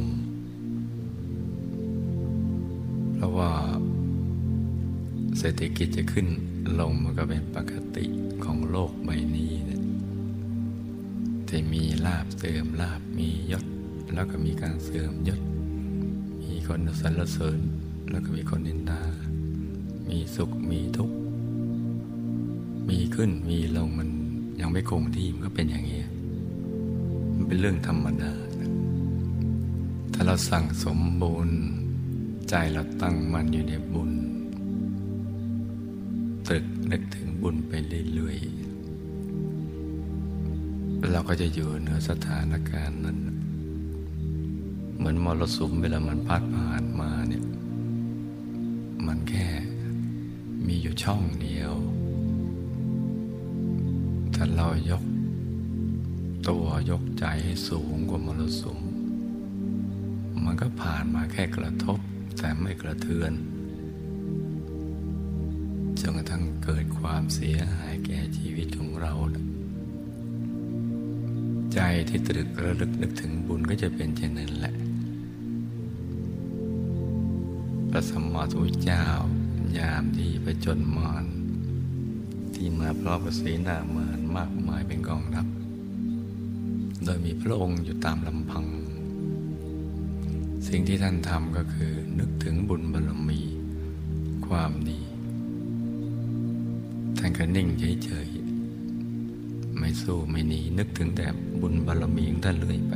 S1: เพราะว่าเศรษฐกิจจะขึ้นลงมันก็เป็นปกติของโลกใบนี้เนี่ยที่มีลาภเสื่อมลาภมียศแล้วก็มีการเสื่อมยศมีคนสรรเสริญแล้วก็มีคนนินทามีสุขมีทุกข์มีขึ้นมีลงมันยังไม่คงที่มันก็เป็นอย่างนี้มันเป็นเรื่องธรรมดาถ้าเราสั่งสมบุญใจเราตั้งมั่นอยู่ในบุญตรึกนึกถึงบุญไปเรื่อยๆเราก็จะอยู่เหนือสถานการณ์นั้นเหมือนมรสุมเวลามันพัดผ่านมาเนี่ยมันแค่มีอยู่ช่องเดียวถ้าเรายกตัวยกใจให้สูงกว่ามรสุมมันก็ผ่านมาแค่กระทบแต่ไม่กระเทือนจนกระทั่งเกิดความเสียหายแก่ชีวิตของเราใจที่ตรึกระลึกนึกถึงบุญก็จะเป็นเช่นนั้นแหละพระสัมมาสัมพุทธเจ้ายามที่ผจญมารที่มาพร้อมกับเสนามารมากมายเป็นกองทัพโดยมีพระองค์อยู่ตามลำพังสิ่งที่ท่านทำก็คือนึกถึงบุญบารมีความดีท่านก็นิ่งเฉยๆไม่สู้ไม่หนีนึกถึงแต่บุญบารมีของท่านเรื่อยไป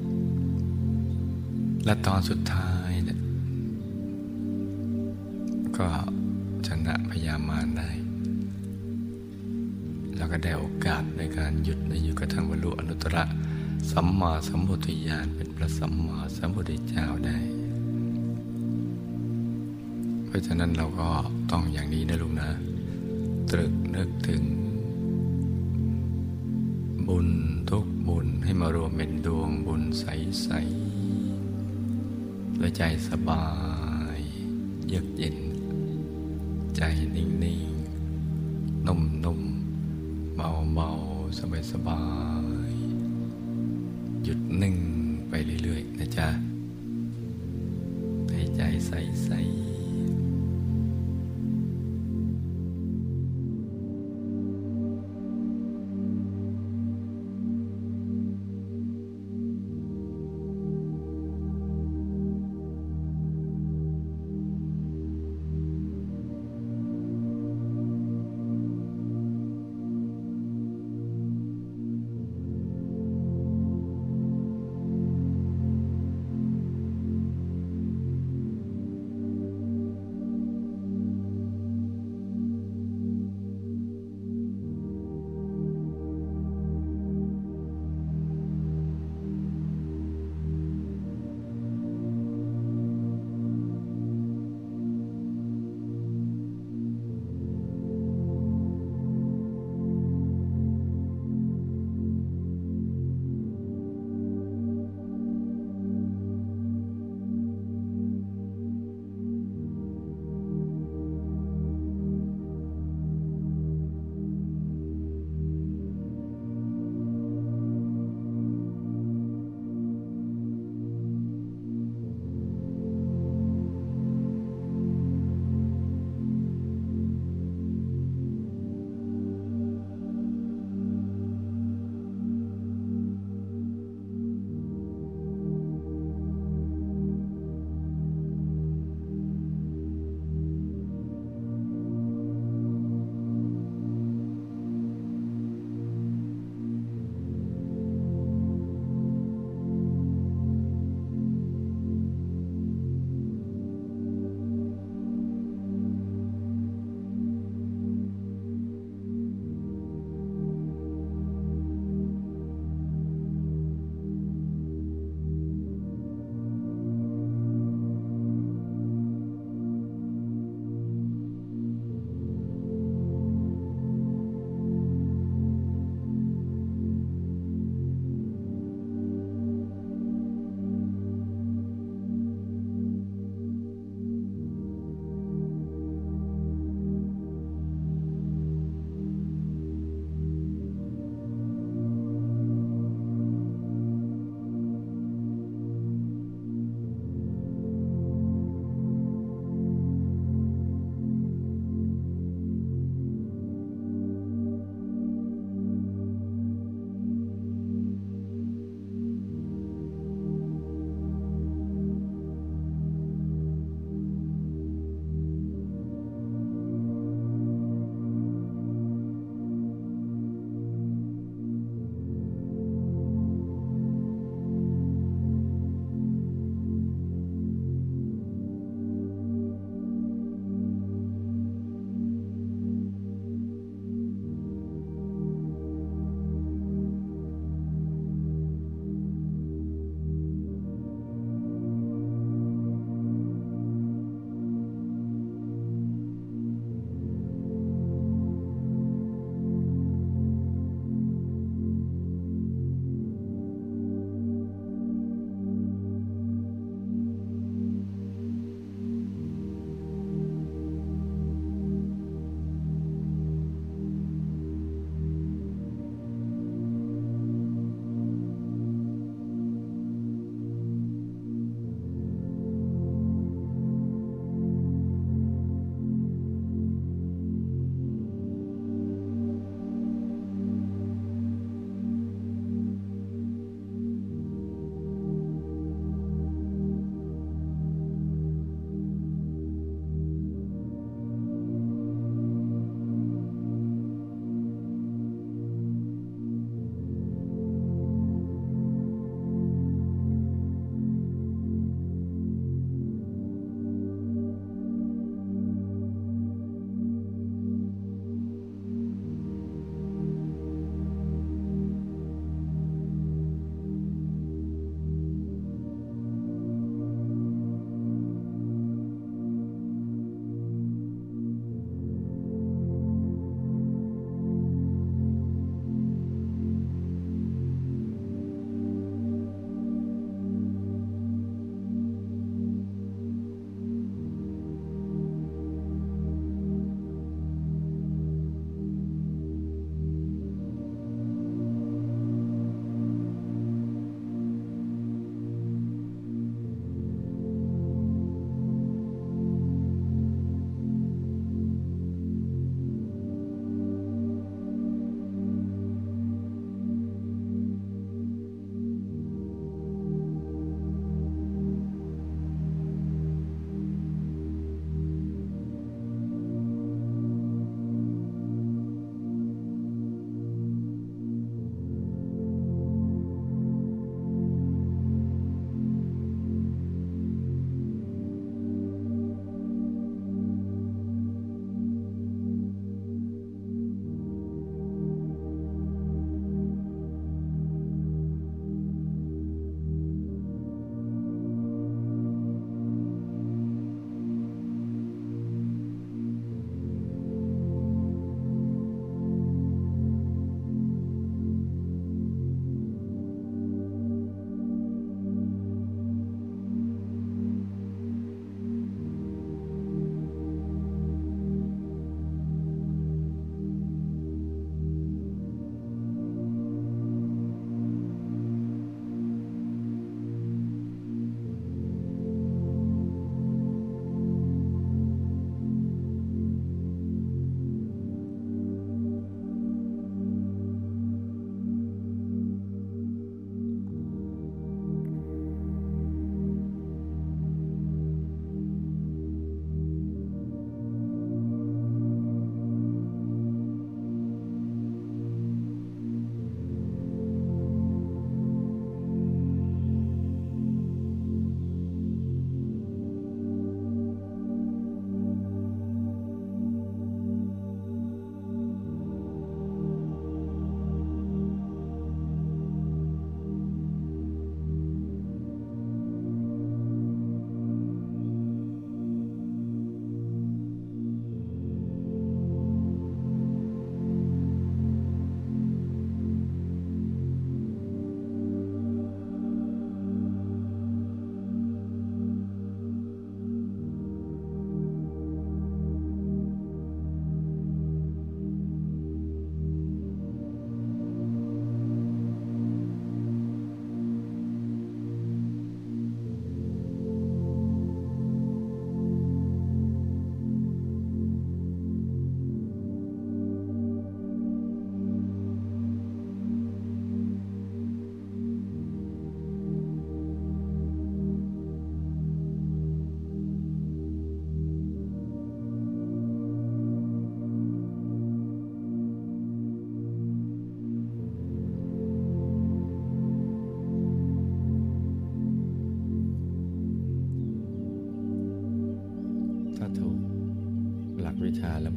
S1: และตอนสุดท้ายเนี่ยก็ชนะพญามารได้แล้วก็ได้โอกาสในการหยุดในอยู่กระทั่งบรรลุอนุตตรสัมมาสัมโพธิญาณเป็นพระสัมมาสัมพุทธเจ้าได้เพราะฉะนั้นเราก็ต้องอย่างนี้นะลูกนะตรึกนึกถึงบุญทุกบุญให้มารวมเป็นดวงบุญใสๆด้วยใจสบายเยือกเย็นใจนิ่งๆนุ่มๆเบาๆสบายๆหยุดนิ่งไปเรื่อยๆนะจ๊ะให้ใจใสๆ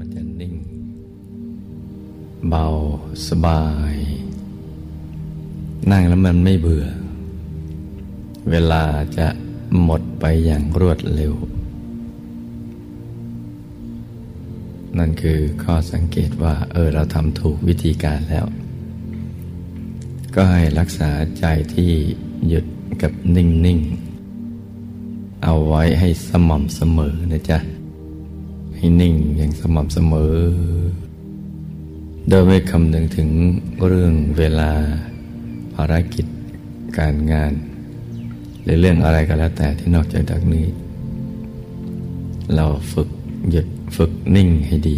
S1: มันจะนิ่งเบาสบายนั่งแล้วมันไม่เบื่อเวลาจะหมดไปอย่างรวดเร็วนั่นคือข้อสังเกตว่าเออเราทำถูกวิธีการแล้วก็ให้รักษาใจที่หยุดกับนิ่งๆเอาไว้ให้สม่ำเสมอนะจ๊ะให้นิ่งอย่างสม่ำเสมอโดยไม่คำนึงถึงเรื่องเวลาภารกิจการงานหรือเรื่องอะไรก็แล้วแต่ที่นอกจากนี้เราฝึกหยุดฝึกนิ่งให้ดี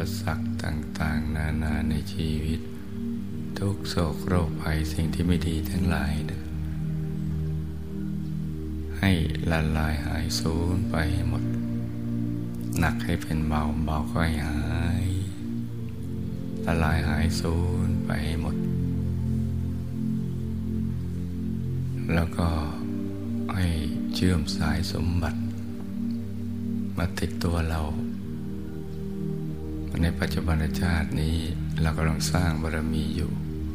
S1: สรรคต่างๆนานาในชีวิตทุกโศกโรคภัยสิ่งที่ไม่ดีทั้งหลายนะให้ละลายหายสูญไปหมดหนักให้เป็นเบาเบาก็ให้หายละลายหายสูญไปหมดแล้วก็ให้เชื่อมสายสมบัติมาติดตัวเราในปัจจุบันชาตินี้เรากำลังสร้างบารมีอยู่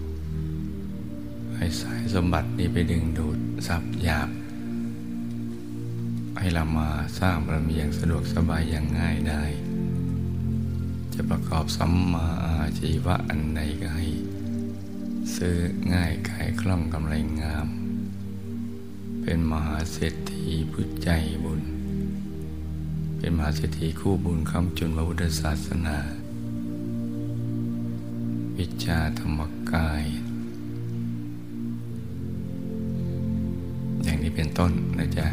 S1: ให้สายสมบัตินี้ไปดึงดูดทรัพย์หยาบให้เรามาสร้างบารมีอย่างสะดวกสบายอย่างง่ายได้จะประกอบสัมมาอาชีวะอันใดก็ให้ซื้อง่ายขายคล่องกำไรงามเป็นมหาเศรษฐีผู้ใจบุญเป็นมหาเศรษฐีคู่บุญค้ำจุนพระพุทธศาสนาวิชาธรรมกายอย่างนี้เป็นต้นนะจ๊ะ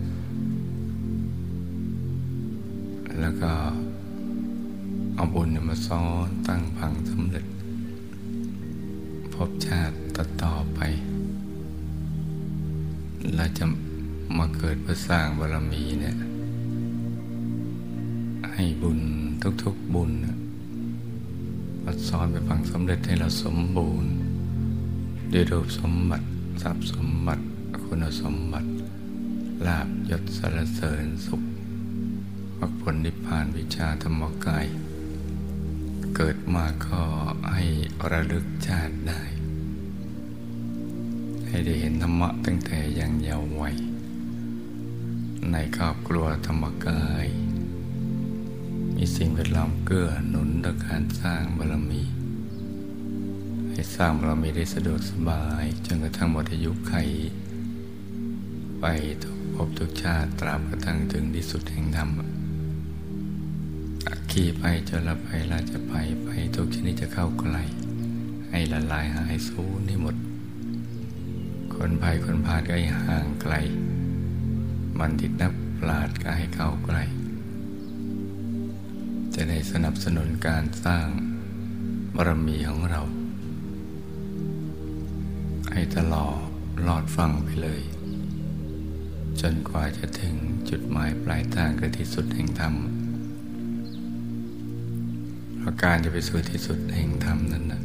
S1: แล้วก็เอาบุญมาซ้อนตั้งพังสำเร็จพบชาติต่อไปเราจะมาเกิดเพื่อสร้างบารมีเนี่ยให้บุญทุกๆบุญมาซ้อนไปพังสำเร็จให้เราสมบูรณ์ด้วยรูปสมบัติทรัพย์สมบัติคุณสมบัติลาภยศสรรเสริญสุขมรรคผลนิพพานวิชาธรรมกายเกิดมาก็ให้ระลึกชาติได้ให้ได้เห็นธรรมะตั้งแต่ยังเยาว์วัยในครอบครัวธรรมกายมีสิ่งแวดล้อมเกื้อหนุนต่อการสร้างบารมีให้สร้างบารมีได้สะดวกสบายจนกระทั่งหมดอายุไขไปทุกภพทุกชาติตราบกระทั่งถึงที่สุดแห่งธรรมขี่ไปจนละไปเราจะไปไปทุกชนิดจะเข้าใกล้ให้ละลายหายสูญให้หมดคนภัยคนพาลก็ให้ห่างไกลบัณฑิตนักปราชญ์ก็ให้เข้าใกล้จะได้สนับสนุนการสร้างบารมีของเราให้ตลอดลอดฟังไปเลยจนกว่าจะถึงจุดหมายปลายทางคือที่สุดแห่งธรรมเพราะการจะไปสู่ที่สุดแห่งธรรมนั้นนะ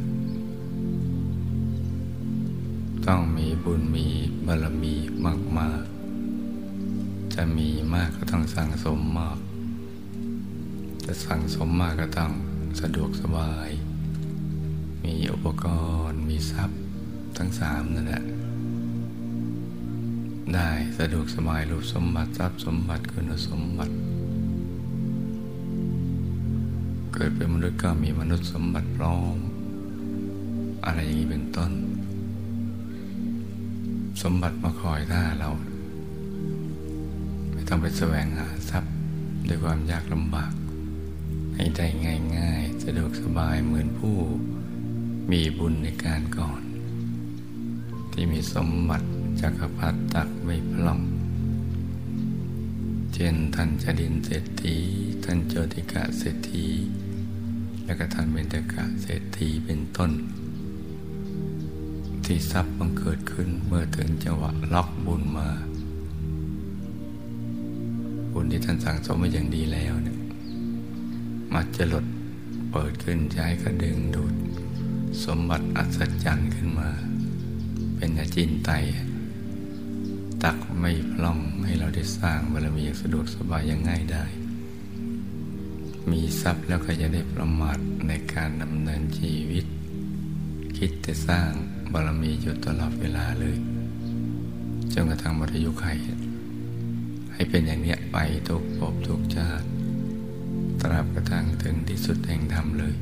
S1: ต้องมีบุญมีบารมีมากๆจะมีมากก็ต้องสั่งสมมากจะสั่งสมมากก็ต้องสะดวกสบายมีอุปกรณ์มีทรัพย์ทั้งสามนั่นแหละได้สะดวกสบายรูปสมบัติทรัพย์สมบัติคุณสมบัติเกิดเป็นมนุษย์ก็มีมนุษย์สมบัติพร้อมอะไรอย่างนี้เป็นต้นสมบัติมาคอยท่าเราไม่ต้องไปแสวงหาทรัพย์ด้วยความยากลำบากให้ได้ง่ายๆสะดวกสบายเหมือนผู้มีบุญในการก่อนที่มีสมบัติจักรพรรดิตักไม่พร่องเช่นท่านจดินเศรษฐีท่านโจติกะเศรษฐีและก็ท่านเบญจกะเศรษฐีเป็นต้นที่ทรัพย์บังเกิดขึ้นเมื่อถึงจังหวะล็อกบุญมาบุญที่ท่านสั่งสมมาอย่างดีแล้วเนี่ยมักจะหลดเปิดขึ้นใจก็ดึงดูดสมบัติอัศจรรย์ขึ้นมาเป็นอจินไตยตักไม่พร่องให้เราได้สร้างบารมีอย่างสะดวกสบายอย่างง่ายได้มีทรัพย์แล้วก็จะได้ประมาทในการดำเนินชีวิตคิดแต่สร้างบารมีอยู่ตลอดเวลาเลยจนกระทั่งหมดอายุขัยให้เป็นอย่างนี้ไปทุกภพทุกชาติตราบกระทั่งถึงที่สุดแห่งธรรมเลย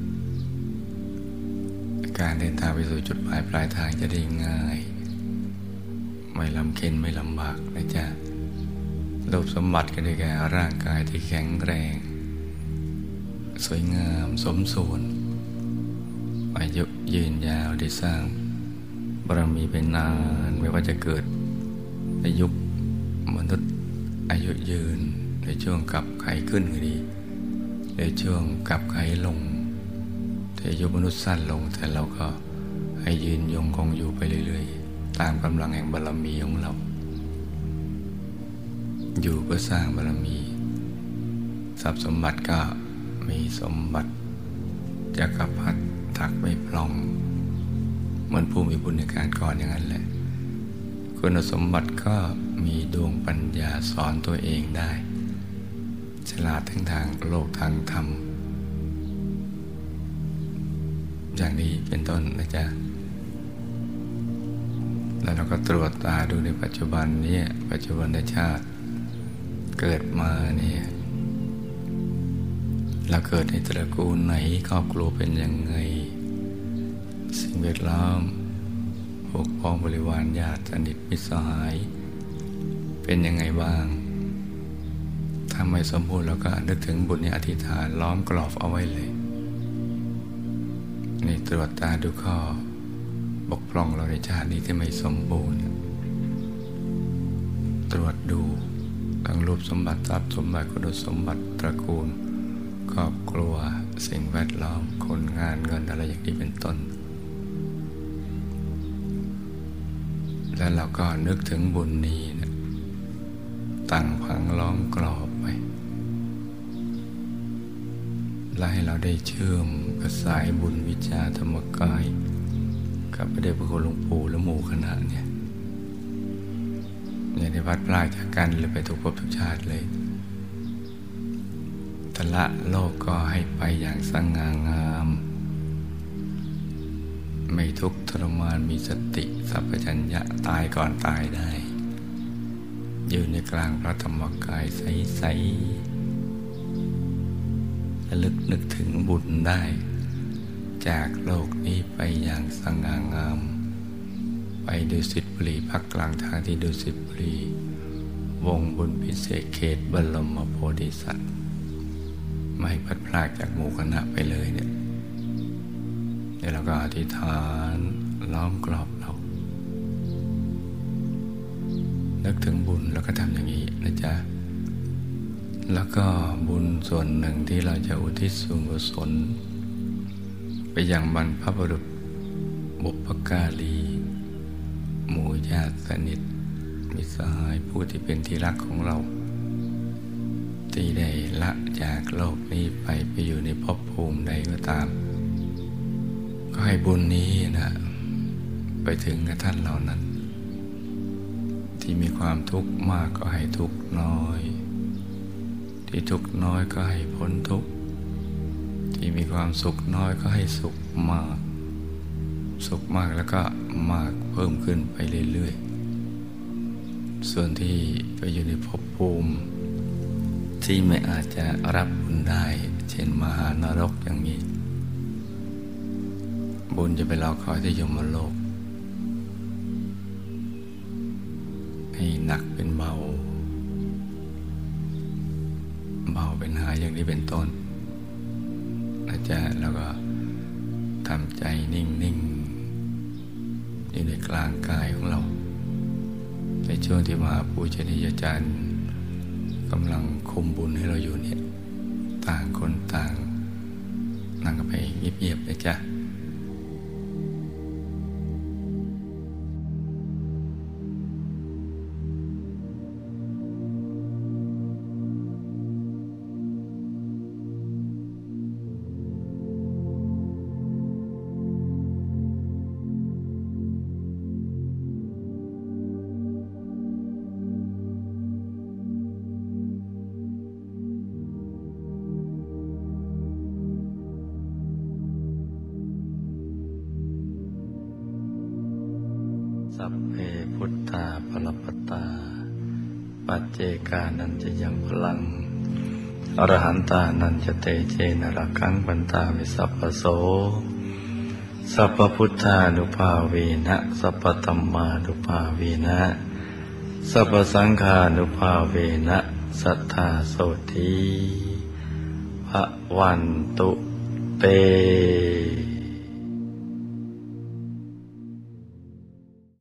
S1: การเดินทางไปสู่จุดหมายปลายทางจะได้ง่ายไม่ลำเค็ญไม่ลำบากนะจ๊ะรูปสมบัติก็ได้แก่ร่างกายที่แข็งแรงสวยงามสมส่วนอายุยืนยาวได้สร้างบารมีเป็นนานไม่ว่าจะเกิดในยุคมนุษย์อายุยืนในช่วงกับไขขึ้นก็ดีหรือในช่วงกลับไขลงแต่อายุมนุษย์สั้นลงแต่เราก็ให้ยืนยงคงอยู่ไปเรื่อยๆตามกำลังแห่งบารมีของเราอยู่เพื่อสร้างบารมีทรัพย์สมบัติก็มีสมบัติจักรพรรดิถักไม่พร่องเหมือนผู้มีบุญในการก่อนอย่างนั้นแหละคุณสมบัติก็มีดวงปัญญาสอนตัวเองได้ฉลาดทั้งทางโลกทางธรรมอย่างนี้เป็นต้นนะจ๊ะแล้วเราก็ตรวจตาดูในปัจจุบันนี้ปัจจุบันชาติเกิดมาเนี่ยเราเกิดในตระกูลไหนครอบครัวเป็นยังไงสิ่งแวดล้อมพวกพ้องบริวารญาติสนิทมิตรสหายเป็นยังไงบ้างถ้าไม่สมบูรณ์เราก็นึกถึงบุญในอธิษฐานล้อมกรอบเอาไว้เลยนี่ตรวจตาดูข้อบกพร่องเราในชาตินี้ที่ไม่สมบูรณ์ตรวจดูทั้งรูปสมบัติทรัพย์สมบัติคุณสมบัติตระกูลครอบครัวสิ่งแวดล้อมคนงานเงินอะไรอย่างนี้เป็นต้นแล้วเราก็นึกถึงบุญนี้นะตั้งพังล้อมกรอบไปและให้เราได้เชื่อมกับสายบุญวิชาธรรมกายกับพระเดชพระคุณหลวงปู่และหมู่คณะเนี่ยเนี่ยได้พัดพลาดจากกันเลยไปทุกภพทุกชาติเลยทละโลกก็ให้ไปอย่างสง่างามไม่ทุกข์ทรมานมีสติสัพพัญญะตายก่อนตายได้อยู่ในกลางพระธรรมกายใสๆระลึกนึกถึงบุญได้จากโลกนี้ไปอย่างสง่างามไปดุสิตบุรีพักกลางทางที่ดุสิตบุรีวงบุญพิเศษเขตบรมโพธิสัตว์ไม่พัดพลาดจากหมู่คณะไปเลยเนี่ยเดี๋ยวเราก็อธิษฐานล้อมกรอบเรานึกถึงบุญแล้วก็ทำอย่างนี้นะจ๊ะแล้วก็บุญส่วนหนึ่งที่เราจะอุทิศส่วนกุศลไปยังบรรพบุรุษบุพการีหมู่ญาติสนิทมิตรสหายผู้ที่เป็นที่รักของเราที่ได้ละจากโลกนี้ไปไปอยู่ในภพภูมิใดก็ตามก็ให้บุญนี้นะไปถึงกับท่านเหล่านั้นที่มีความทุกข์มากก็ให้ทุกข์น้อยที่ทุกข์น้อยก็ให้พ้นทุกข์ที่มีความสุขน้อยก็ให้สุขมากสุขมากแล้วก็มากเพิ่มขึ้นไปเรื่อยๆส่วนที่ไปอยู่ในภพภูมิที่ไม่อาจจะรับบุญได้เช่นมหานรกอย่างนี้บุญจะไปรอคอยที่ยมโลกให้หนักเป็นเบาเบาเป็นหายอย่างนี้เป็นต้นอาจารย์แล้วก็ทำใจนิ่งๆอยู่ในกลางกายของเราในช่วงที่มหาปูชนียาจารย์กำลังคุมบุญให้เราอยู่เนี่ยต่างคนต่างนั่งกันไปเงียบๆนะจ๊ะสัพเพพุทธาปรปตาปัจเจกานันจะยังพลังอรหันตานันจะเตเจนรักขังปันตาวิสัพพโสสัพพพุทธานุภาเวนะสัพพธัมมานุภาเวนะสัพพสังฆานุภาเวนะสัทธาโสติภวันตุเต